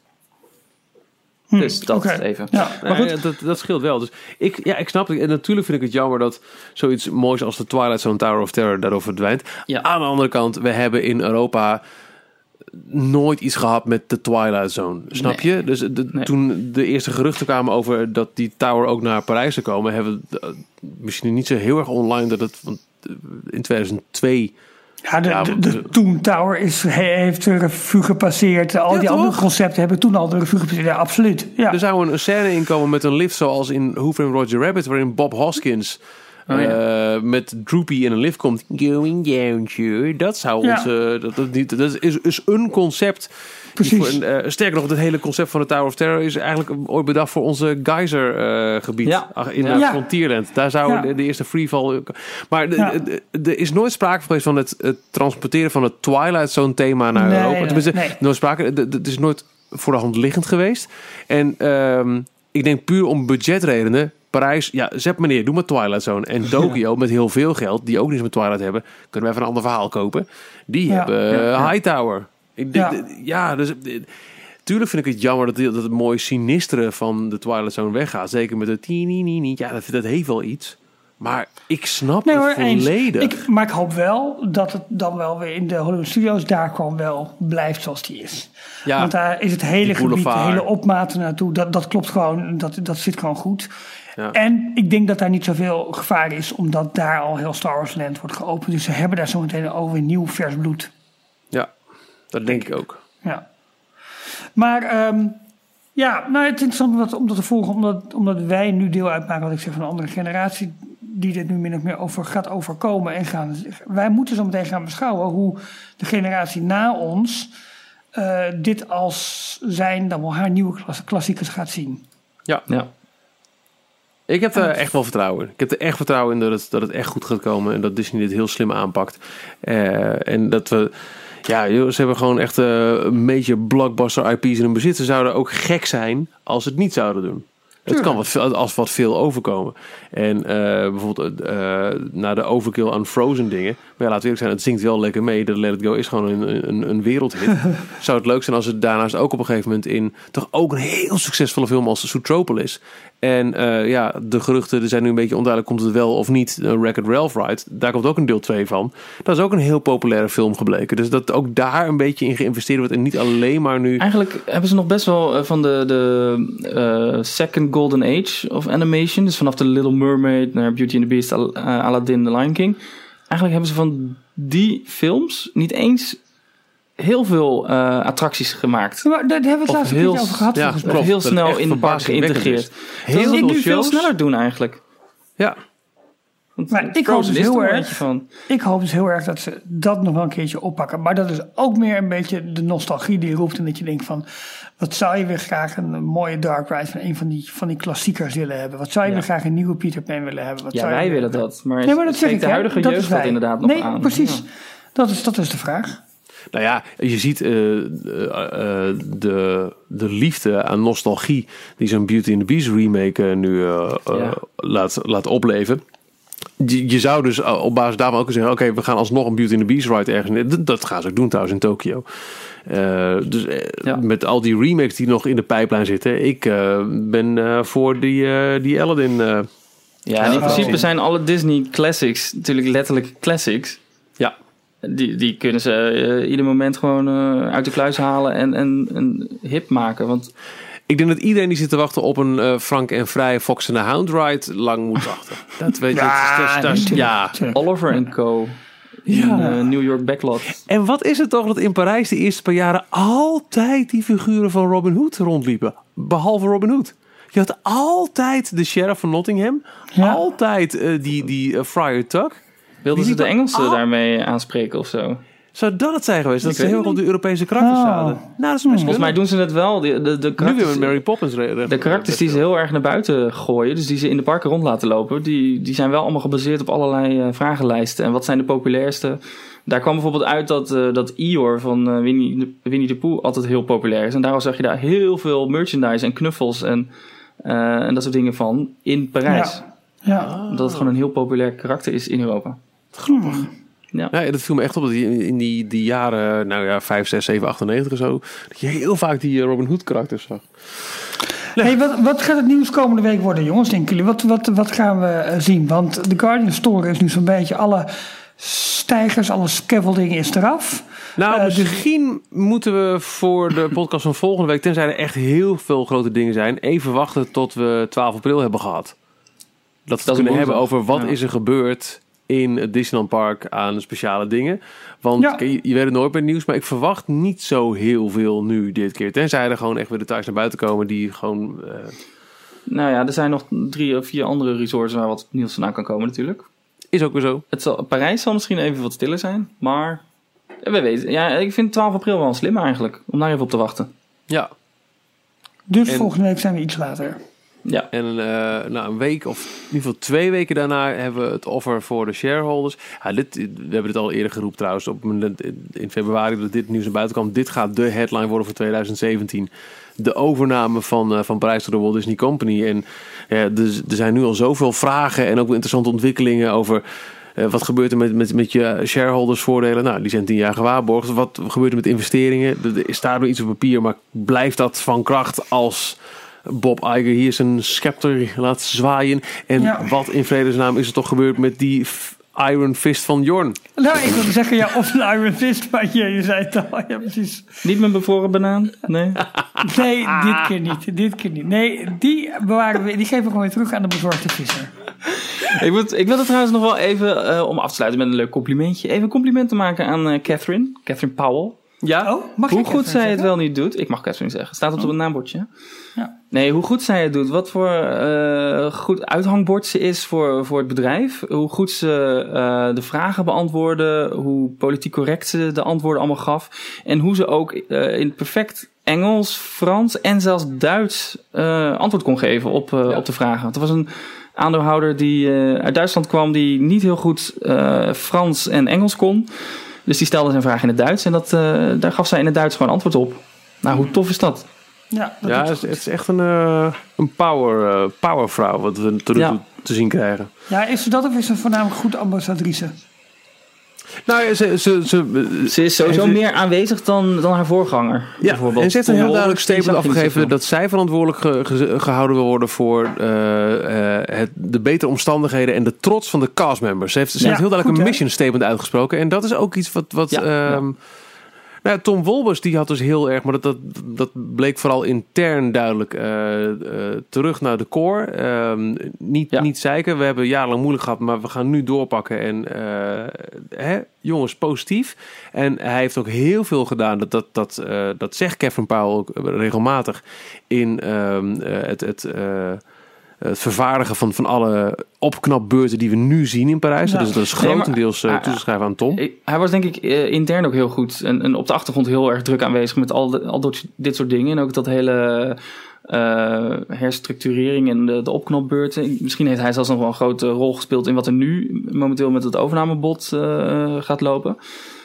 Dus dat even. Ja, maar goed. Dat scheelt wel. Dus ik snap het. En natuurlijk vind ik het jammer dat zoiets moois als de Twilight Zone Tower of Terror daarover verdwijnt. Ja. Aan de andere kant, we hebben in Europa nooit iets gehad met de Twilight Zone. Snap je? Dus toen de eerste geruchten kwamen over dat die tower ook naar Parijs zou komen, hebben we misschien niet zo heel erg online dat het... Want in 2002... De Toon Tower heeft de revue gepasseerd. Al die andere concepten hebben toen al de revue gepasseerd. Ja, absoluut. Ja. Er zou een scène inkomen met een lift zoals in Who Framed Roger Rabbit, waarin Bob Hoskins met Droopy in een lift komt. Going down, sure. Dat zou dat is een concept. Precies. Sterker nog, het hele concept van de Tower of Terror is eigenlijk ooit bedacht voor onze Geyser-gebied in Frontierland. Daar zou de eerste freefall... Maar er is nooit sprake geweest van het transporteren van het Twilight Zone thema naar Europa. Tenminste, nooit sprake. Het is nooit voor de hand liggend geweest. En ik denk puur om budgetredenen, Parijs, zet meneer, doe maar Twilight Zone. En Tokyo met heel veel geld, die ook niets met Twilight hebben, kunnen we even een ander verhaal kopen. Die hebben Hightower. Dus tuurlijk vind ik het jammer dat het mooie sinistere van de Twilight Zone weggaat. Zeker met de dat heeft wel iets. Maar ik snap het volledig. Maar ik hoop wel dat het dan wel weer in de Hollywood Studios daar gewoon wel blijft zoals die is. Ja, want daar is het hele gebied, de hele opmaten naartoe. Dat klopt gewoon, dat zit gewoon goed. Ja. En ik denk dat daar niet zoveel gevaar is, omdat daar al heel Star Wars Land wordt geopend. Dus ze hebben daar zo meteen over nieuw vers bloed. Ja, dat denk ik ook. Ja. Maar het is interessant om dat te volgen, omdat wij nu deel uitmaken, wat ik zeg, van een andere generatie die dit nu min of meer gaat overkomen. Wij moeten zo meteen gaan beschouwen hoe de generatie na ons dit als zijn dan wel haar nieuwe klassiekers gaat zien. Ja. Ik heb er echt wel vertrouwen in. Ik heb er echt vertrouwen in dat het echt goed gaat komen en dat Disney dit heel slim aanpakt. En dat we... ze hebben gewoon echt major blockbuster IP's in hun bezit. Ze zouden ook gek zijn als ze het niet zouden doen. Tuurlijk. Het kan wat veel overkomen. En bijvoorbeeld naar de overkill aan Frozen dingen. Maar laten we eerlijk zijn, het zingt wel lekker mee. De Let It Go is gewoon een wereldhit. Zou het leuk zijn als het daarnaast ook op een gegeven moment in toch ook een heel succesvolle film als Zootropolis. En de geruchten, er zijn nu een beetje onduidelijk, komt het wel of niet. Wreck-It Ralph Ride, daar komt ook een deel 2 van. Dat is ook een heel populaire film gebleken. Dus dat ook daar een beetje in geïnvesteerd wordt en niet alleen maar nu... Eigenlijk hebben ze nog best wel van de second golden age of animation, dus vanaf The Little Mermaid naar Beauty and the Beast, Aladdin, The Lion King. Eigenlijk hebben ze van die films niet eens heel veel attracties gemaakt. Ja, maar daar hebben we het laatst een keertje over gehad. Ja, klopt, heel snel in de park geïntegreerd. Heel veel shows veel sneller doen eigenlijk. Ja. Maar ik hoop dus heel erg dat ze dat nog wel een keertje oppakken. Maar dat is ook meer een beetje de nostalgie die roept. En dat je denkt van, wat zou je weer graag een mooie Dark Ride van een van die klassiekers willen hebben? Wat zou je weer graag een nieuwe Peter Pan willen hebben? Wij willen dat. Maar dat zeg ik, de huidige jeugd dat inderdaad nog aan. Nee, precies. Ja. Dat is de vraag. Nou ja, je ziet de liefde aan nostalgie die zo'n Beauty and the Beast remake nu laat opleven. Je zou dus op basis daarvan ook zeggen, oké, we gaan alsnog een Beauty and the Beast ride ergens. Dat gaan ze ook doen trouwens in Tokio. Met al die remakes die nog in de pijplijn zitten. Ik ben voor die Aladdin Ja, en in principe zijn alle Disney classics natuurlijk letterlijk classics. Ja. Die kunnen ze ieder moment gewoon uit de kluis halen en hip maken. Want ik denk dat iedereen die zit te wachten op een Frank en Vrij Fox and the Hound ride lang moet wachten. Dat weet je. Oliver & Co. In New York Backlot. En wat is het toch dat in Parijs de eerste paar jaren altijd die figuren van Robin Hood rondliepen? Behalve Robin Hood. Je had altijd de sheriff van Nottingham. Ja. Altijd die Friar Tuck. Wilden ze de Engelsen daarmee aanspreken of zo? Zou dat het zijn geweest? Dat ze heel goed op de Europese karakters hadden? Nou, dat is volgens mij doen ze het wel. De karakters, nu weer met Mary Poppins. De karakters die ze heel erg naar buiten gooien, dus die ze in de parken rond laten lopen, die zijn wel allemaal gebaseerd op allerlei vragenlijsten. En wat zijn de populairste? Daar kwam bijvoorbeeld uit dat Eeyore van Winnie the Pooh altijd heel populair is. En daarom zag je daar heel veel merchandise en knuffels en dat soort dingen van in Parijs. Ja. Omdat het gewoon een heel populair karakter is in Europa. Grappig. Ja, dat viel me echt op dat in die jaren, 5, 6, 7, 8 en 9 of zo, dat je heel vaak die Robin Hood karakters zag. Hey, wat gaat het nieuws komende week worden, jongens, denken jullie? Wat gaan we zien? Want de Guardian Store is nu zo'n beetje alle stijgers, alle scaffolding is eraf. Nou, misschien moeten we voor de podcast van volgende week, tenzij er echt heel veel grote dingen zijn, even wachten tot we 12 april hebben gehad. Dat we het kunnen hebben over wat is er gebeurd in het Disneyland Park aan speciale dingen. Want je weet het nooit bij het nieuws, maar ik verwacht niet zo heel veel nu dit keer. Tenzij er gewoon echt weer details naar buiten komen die gewoon... Nou ja, er zijn nog 3 of 4 andere resorts waar wat nieuws vandaan kan komen natuurlijk. Is ook weer zo. Parijs zal misschien even wat stiller zijn, maar we weten. Ja, ik vind 12 april wel slim eigenlijk, om daar even op te wachten. Ja. Dus volgende week zijn we iets later. Ja. En een week of in ieder geval 2 weken daarna hebben we het offer voor de shareholders. Ja, we hebben dit al eerder geroepen trouwens in februari dat dit nieuws naar buiten kwam. Dit gaat de headline worden voor 2017. De overname van Parijs door de Walt Disney Company. En er zijn nu al zoveel vragen en ook interessante ontwikkelingen over wat gebeurt er met je shareholders voordelen. Nou, die zijn 10 jaar gewaarborgd. Wat gebeurt er met investeringen? Er staat nog iets op papier, maar blijft dat van kracht als Bob Iger hier zijn scepter laat zwaaien? En wat in vredesnaam is er toch gebeurd met die Iron Fist van Jorn? Nou, ik wilde zeggen, of een Iron Fist, maar je zei het al. Ja, precies. Niet met bevroren banaan? Nee. Nee, dit keer niet. Nee, die bewaren we, die geven we gewoon weer terug aan de bezorgde visser. Ik wil er trouwens nog wel even, om af te sluiten met een leuk complimentje, even complimenten maken aan Catherine Powell. Ja, hoe goed zij het wel niet doet. Ik mag Catherine zeggen. Staat op het naambordje. Ja. Nee, hoe goed zij het doet. Wat voor goed uithangbord ze is voor het bedrijf. Hoe goed ze de vragen beantwoordde. Hoe politiek correct ze de antwoorden allemaal gaf. En hoe ze ook in perfect Engels, Frans en zelfs Duits antwoord kon geven op de vragen. Want er was een aandeelhouder die uit Duitsland kwam die niet heel goed Frans en Engels kon. Dus die stelde zijn vraag in het Duits en daar gaf zij in het Duits gewoon antwoord op. Nou, hoe tof is dat? Ja, het is echt een powervrouw wat we te zien krijgen. Ja, is ze dat of is ze voornamelijk goed ambassadrice? Nou ja, ze is sowieso meer aanwezig dan haar voorganger. Ja, bijvoorbeeld. En ze heeft een heel duidelijk statement afgegeven dat zij verantwoordelijk gehouden wil worden voor de betere omstandigheden en de trots van de castmembers. Ze heeft heel duidelijk een mission statement uitgesproken. En dat is ook iets wat Nou, Tom Wolbers die had dus heel erg, maar dat bleek vooral intern duidelijk terug naar de core. Niet zeiken, we hebben jarenlang moeilijk gehad, maar we gaan nu doorpakken en jongens, positief. En hij heeft ook heel veel gedaan, dat zegt Kevin Powell ook regelmatig, in het vervaardigen van alle opknapbeurten die we nu zien in Parijs. Ja. Dus dat is grotendeels toe te schrijven aan Tom. Hij was denk ik intern ook heel goed. En op de achtergrond heel erg druk aanwezig met al dit soort dingen. En ook dat hele herstructurering en de opknapbeurten. Misschien heeft hij zelfs nog wel een grote rol gespeeld in wat er nu momenteel met het overnamebod gaat lopen.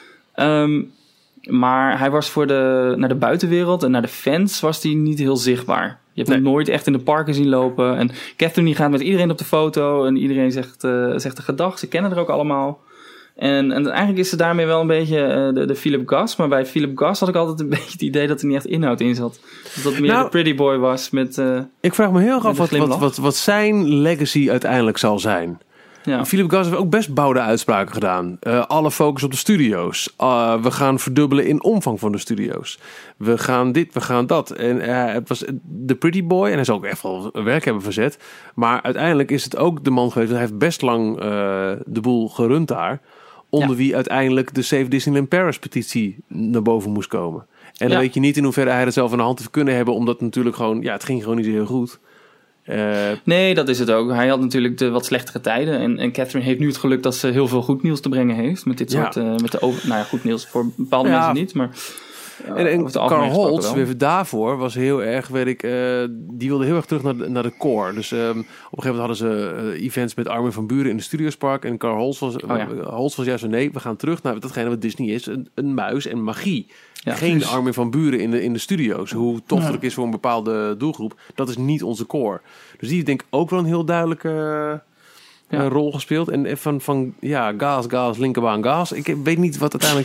Maar hij was naar de buitenwereld en naar de fans was hij niet heel zichtbaar. Je hebt hem nooit echt in de parken zien lopen. En Catherine gaat met iedereen op de foto en iedereen zegt de gedag. Ze kennen er ook allemaal. En eigenlijk is ze daarmee wel een beetje de Philip Glass. Maar bij Philip Glass had ik altijd een beetje het idee dat er niet echt inhoud in zat. Dat meer de pretty boy was met... ik vraag me heel erg af wat zijn legacy uiteindelijk zal zijn. Ja. Philip Glass heeft ook best bouwde uitspraken gedaan. Alle focus op de studio's. We gaan verdubbelen in omvang van de studio's. We gaan dit, we gaan dat. En het was de pretty boy. En hij zal ook echt wel werk hebben verzet. Maar uiteindelijk is het ook de man geweest. Hij heeft best lang de boel gerund daar. Onder wie uiteindelijk de Save Disneyland Paris petitie naar boven moest komen. En dan weet je niet in hoeverre hij het zelf aan de hand heeft kunnen hebben. Omdat natuurlijk gewoon, het ging gewoon niet zo heel goed. Nee, dat is het ook. Hij had natuurlijk de wat slechtere tijden. En Catherine heeft nu het geluk dat ze heel veel goed nieuws te brengen heeft. Met dit soort... goed nieuws voor bepaalde mensen niet, maar... En Carl Holtz, weer daarvoor, was heel erg, die wilde heel erg terug naar de core. Dus op een gegeven moment hadden ze events met Armin van Buuren in de Studiospark. En Carl Holtz was juist zo, nee, we gaan terug naar datgene wat Disney is. Een muis en magie. Ja, geen Armin van Buuren in de studio's. Hoe tof dat is voor een bepaalde doelgroep. Dat is niet onze core. Dus die heeft denk ik ook wel een heel duidelijke... rol gespeeld. En van Gas, linkerbaan, Gas. Ik weet niet wat uiteindelijk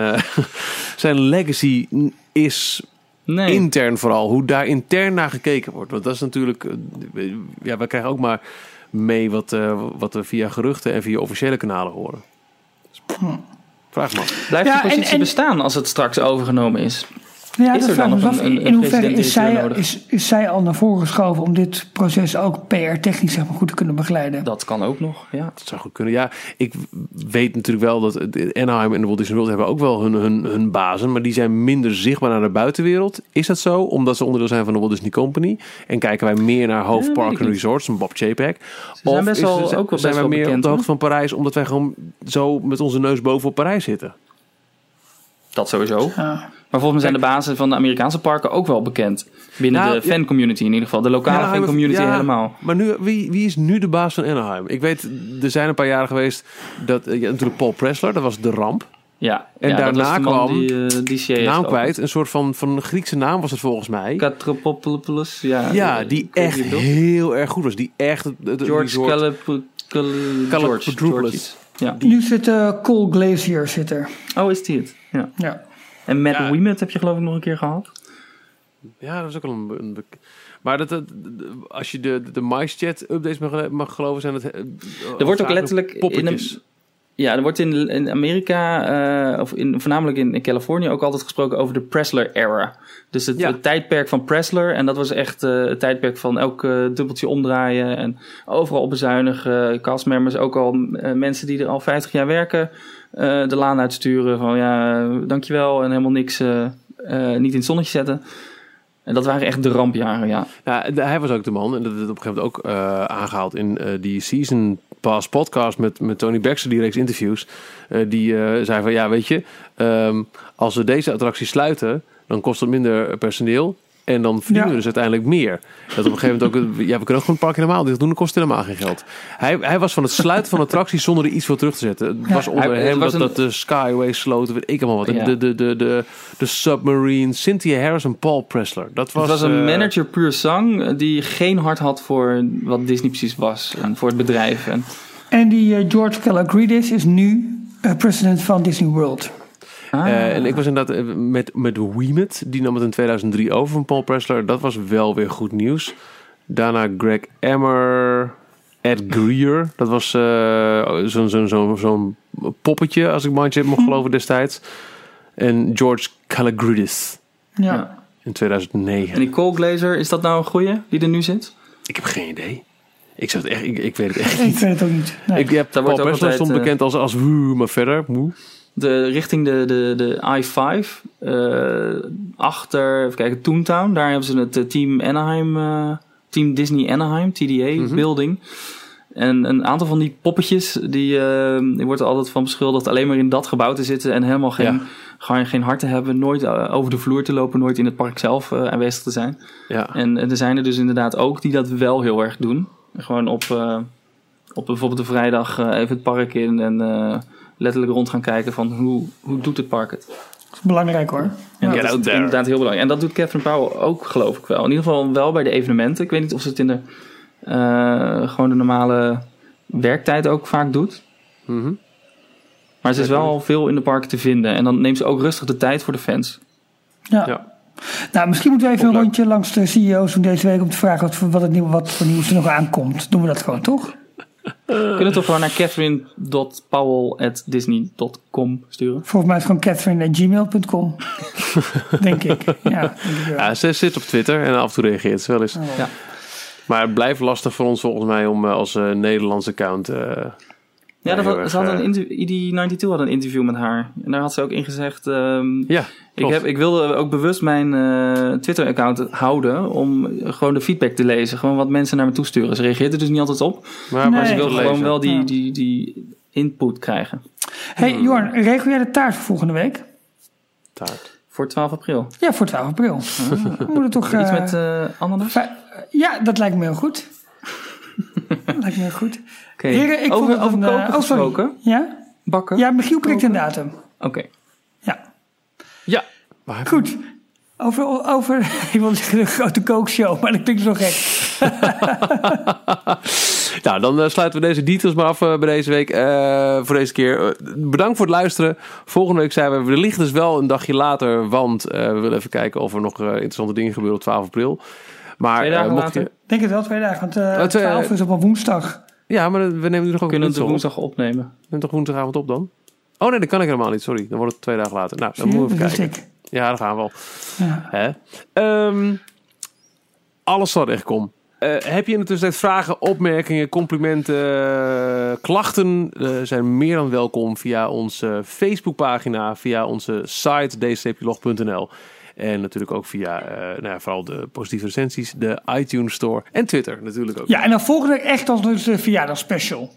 zijn legacy is. Nee. Intern vooral. Hoe daar intern naar gekeken wordt. Want dat is natuurlijk... we krijgen ook maar mee wat we via geruchten en via officiële kanalen horen. Dus, vraag maar. Blijft die positie bestaan als het straks overgenomen is? Ja, is er dan nog in hoeverre is zij al naar voren geschoven om dit proces ook PR-technisch goed te kunnen begeleiden? Dat kan ook nog, ja. Dat zou goed kunnen. Ja, ik weet natuurlijk wel dat Anaheim en de Walt Disney World hebben ook wel hun bazen, maar die zijn minder zichtbaar naar de buitenwereld. Is dat zo? Omdat ze onderdeel zijn van de Walt Disney Company? En kijken wij meer naar hoofdpark en resorts, een Bob Chapek? Of zijn wij meer op de hoogte van Parijs, omdat wij gewoon zo met onze neus bovenop Parijs zitten? Dat sowieso. Ja. Maar volgens mij zijn de bazen van de Amerikaanse parken ook wel bekend. Binnen de fancommunity in ieder geval. De lokale fancommunity helemaal. Maar nu, wie is nu de baas van Anaheim? Ik weet, er zijn een paar jaren geweest dat natuurlijk Paul Pressler, dat was de ramp. Ja. En daarna kwam die naam kwijt. Een soort van Griekse naam was het volgens mij. Katropopoulos. Die echt heel erg goed was. Die echt... George Kalapodropoulos. Ja. Nu zit Cole Glazier zit er. Oh, is die het? Ja. En Matt Ouimet heb je geloof ik nog een keer gehad. Ja, dat is ook al een maar als je de MyChat updates mag geloven, zijn het... Er wordt ook letterlijk... Er wordt in Amerika, voornamelijk in Californië, ook altijd gesproken over de Pressler era. Dus het tijdperk van Pressler. En dat was echt het tijdperk van elk dubbeltje omdraaien en overal op bezuinigen. Castmembers, ook al mensen die er al 50 jaar werken, de laan uitsturen van dankjewel en helemaal niks, niet in het zonnetje zetten. En dat waren echt de rampjaren, ja. Hij was ook de man, en dat is op een gegeven moment ook aangehaald in die Season Pass podcast met Tony Baxter, die reeks interviews. Die zei van, weet je, als we deze attractie sluiten, dan kost het minder personeel. En dan verdienen we dus uiteindelijk meer. Dat op een gegeven moment ook... we kunnen ook gewoon het park helemaal dicht doen. Dan kost het helemaal geen geld. Hij was van het sluiten van attracties zonder er iets voor terug te zetten. Het was onder hem dat de Skyways sloten. Weet ik allemaal wat. Ja. De Submarine. Cynthia Harris en Paul Pressler. Het was een manager puur zang. Die geen hart had voor wat Disney precies was. En voor het bedrijf. En die George Kalagridis is nu president van Disney World. En ik was inderdaad met Ouimet. Die nam het in 2003 over van Paul Pressler. Dat was wel weer goed nieuws. Daarna Greg Emmer, Ed Greer. Dat was zo'n poppetje, als ik mandje heb mocht geloven destijds. En George Kalagridis. Ja. In 2009. En die Cole Glazer, is dat nou een goeie die er nu zit? Ik heb geen idee. Ik weet het echt niet. Ik weet het ook niet. Nee. Paul Pressler stond bekend als maar verder. Richting de I-5 achter, even kijken, Toontown. Daar hebben ze het Team Anaheim, Team Disney Anaheim, TDA building. En een aantal van die poppetjes, die wordt er altijd van beschuldigd alleen maar in dat gebouw te zitten en helemaal geen hart te hebben, nooit over de vloer te lopen, nooit in het park zelf aanwezig te zijn. Ja. En er zijn er dus inderdaad ook die dat wel heel erg doen. Gewoon op bijvoorbeeld een vrijdag even het park in en letterlijk rond gaan kijken van hoe doet het park het. Dat is belangrijk hoor. En dat is inderdaad heel belangrijk. En dat doet Catherine Powell ook, geloof ik wel. In ieder geval wel bij de evenementen. Ik weet niet of ze het in de gewoon de normale werktijd ook vaak doet. Mm-hmm. Maar ze is wel al veel in de parken te vinden. En dan neemt ze ook rustig de tijd voor de fans. Ja. Nou, misschien moeten we even een rondje langs de CEO's van deze week om te vragen wat voor nieuws er nog aankomt. Doen we dat gewoon, toch? We kunnen toch gewoon naar catherine.powell@disney.com sturen? Volgens mij is het gewoon catherine@gmail.com. Denk ik. Ja, ze zit op Twitter en af en toe reageert ze wel eens. Ja. Maar het blijft lastig voor ons volgens mij om als Nederlandse account... ze had ED92 had een interview met haar. En daar had ze ook in gezegd... ik wilde ook bewust mijn Twitter-account houden... om gewoon de feedback te lezen. Gewoon wat mensen naar me toesturen. Ze reageert er dus niet altijd op. Maar ze wil gewoon wel die input krijgen. Hey Jorn, regel jij de taart voor volgende week? Taart? Voor 12 april? Ja, voor 12 april. We moeten toch... Iets met ananas? Ja, dat lijkt me heel goed. Lijkt me heel goed. Okay. Heren, ik over koken gesproken? Ja? Bakken? Ja, Michiel prikt een datum. Oké. Ja. Goed. Over ik wil zeggen de grote kookshow, maar dat klinkt zo gek. Nou, dan sluiten we deze details maar af bij deze week. Voor deze keer. Bedankt voor het luisteren. Volgende week zijn we liggen dus wel een dagje later, want we willen even kijken of er nog interessante dingen gebeuren op 12 april. Maar 2 dagen later? Ik denk het wel 2 dagen, want 12 is op een woensdag. Ja, maar we nemen nu nog ook kunnen het woensdag opnemen. Neem toch woensdagavond op dan? Oh nee, dat kan ik helemaal niet, sorry. Dan wordt het 2 dagen later. Nou, dan moeten we even kijken. Ja, daar gaan we al. Ja. Alles wat echt komt. Heb je in de tussentijd vragen, opmerkingen, complimenten, klachten? Zijn meer dan welkom via onze Facebookpagina, via onze site d-log.nl. En natuurlijk ook via vooral de positieve recensies, de iTunes Store en Twitter natuurlijk ook. Ja, en dan volgende week echt als een verjaardagsspecial.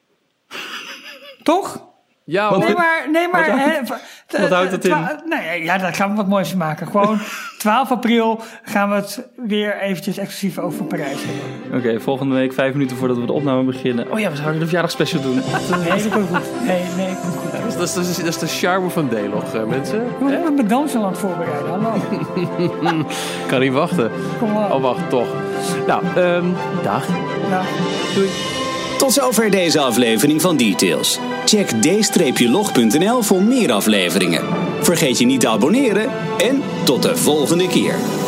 Toch? Ja, nee, maar wat houdt het in? Ja, daar gaan we wat moois van maken. Gewoon 12 april gaan we het weer eventjes exclusief over Parijs hebben. Oké, volgende week 5 minuten voordat we de opname beginnen. Oh ja, we zouden de verjaardagsspecial doen. Nee, dat komt goed. Nee, dat komt goed. Dat is de charme van D-log, mensen. Ik ben mijn dansen aan het voorbereiden. Hallo. Kan niet wachten. Kom op. Oh, wacht, toch. Nou, dag. Ja. Doei. Tot zover deze aflevering van Details. Check d-log.nl voor meer afleveringen. Vergeet je niet te abonneren en tot de volgende keer.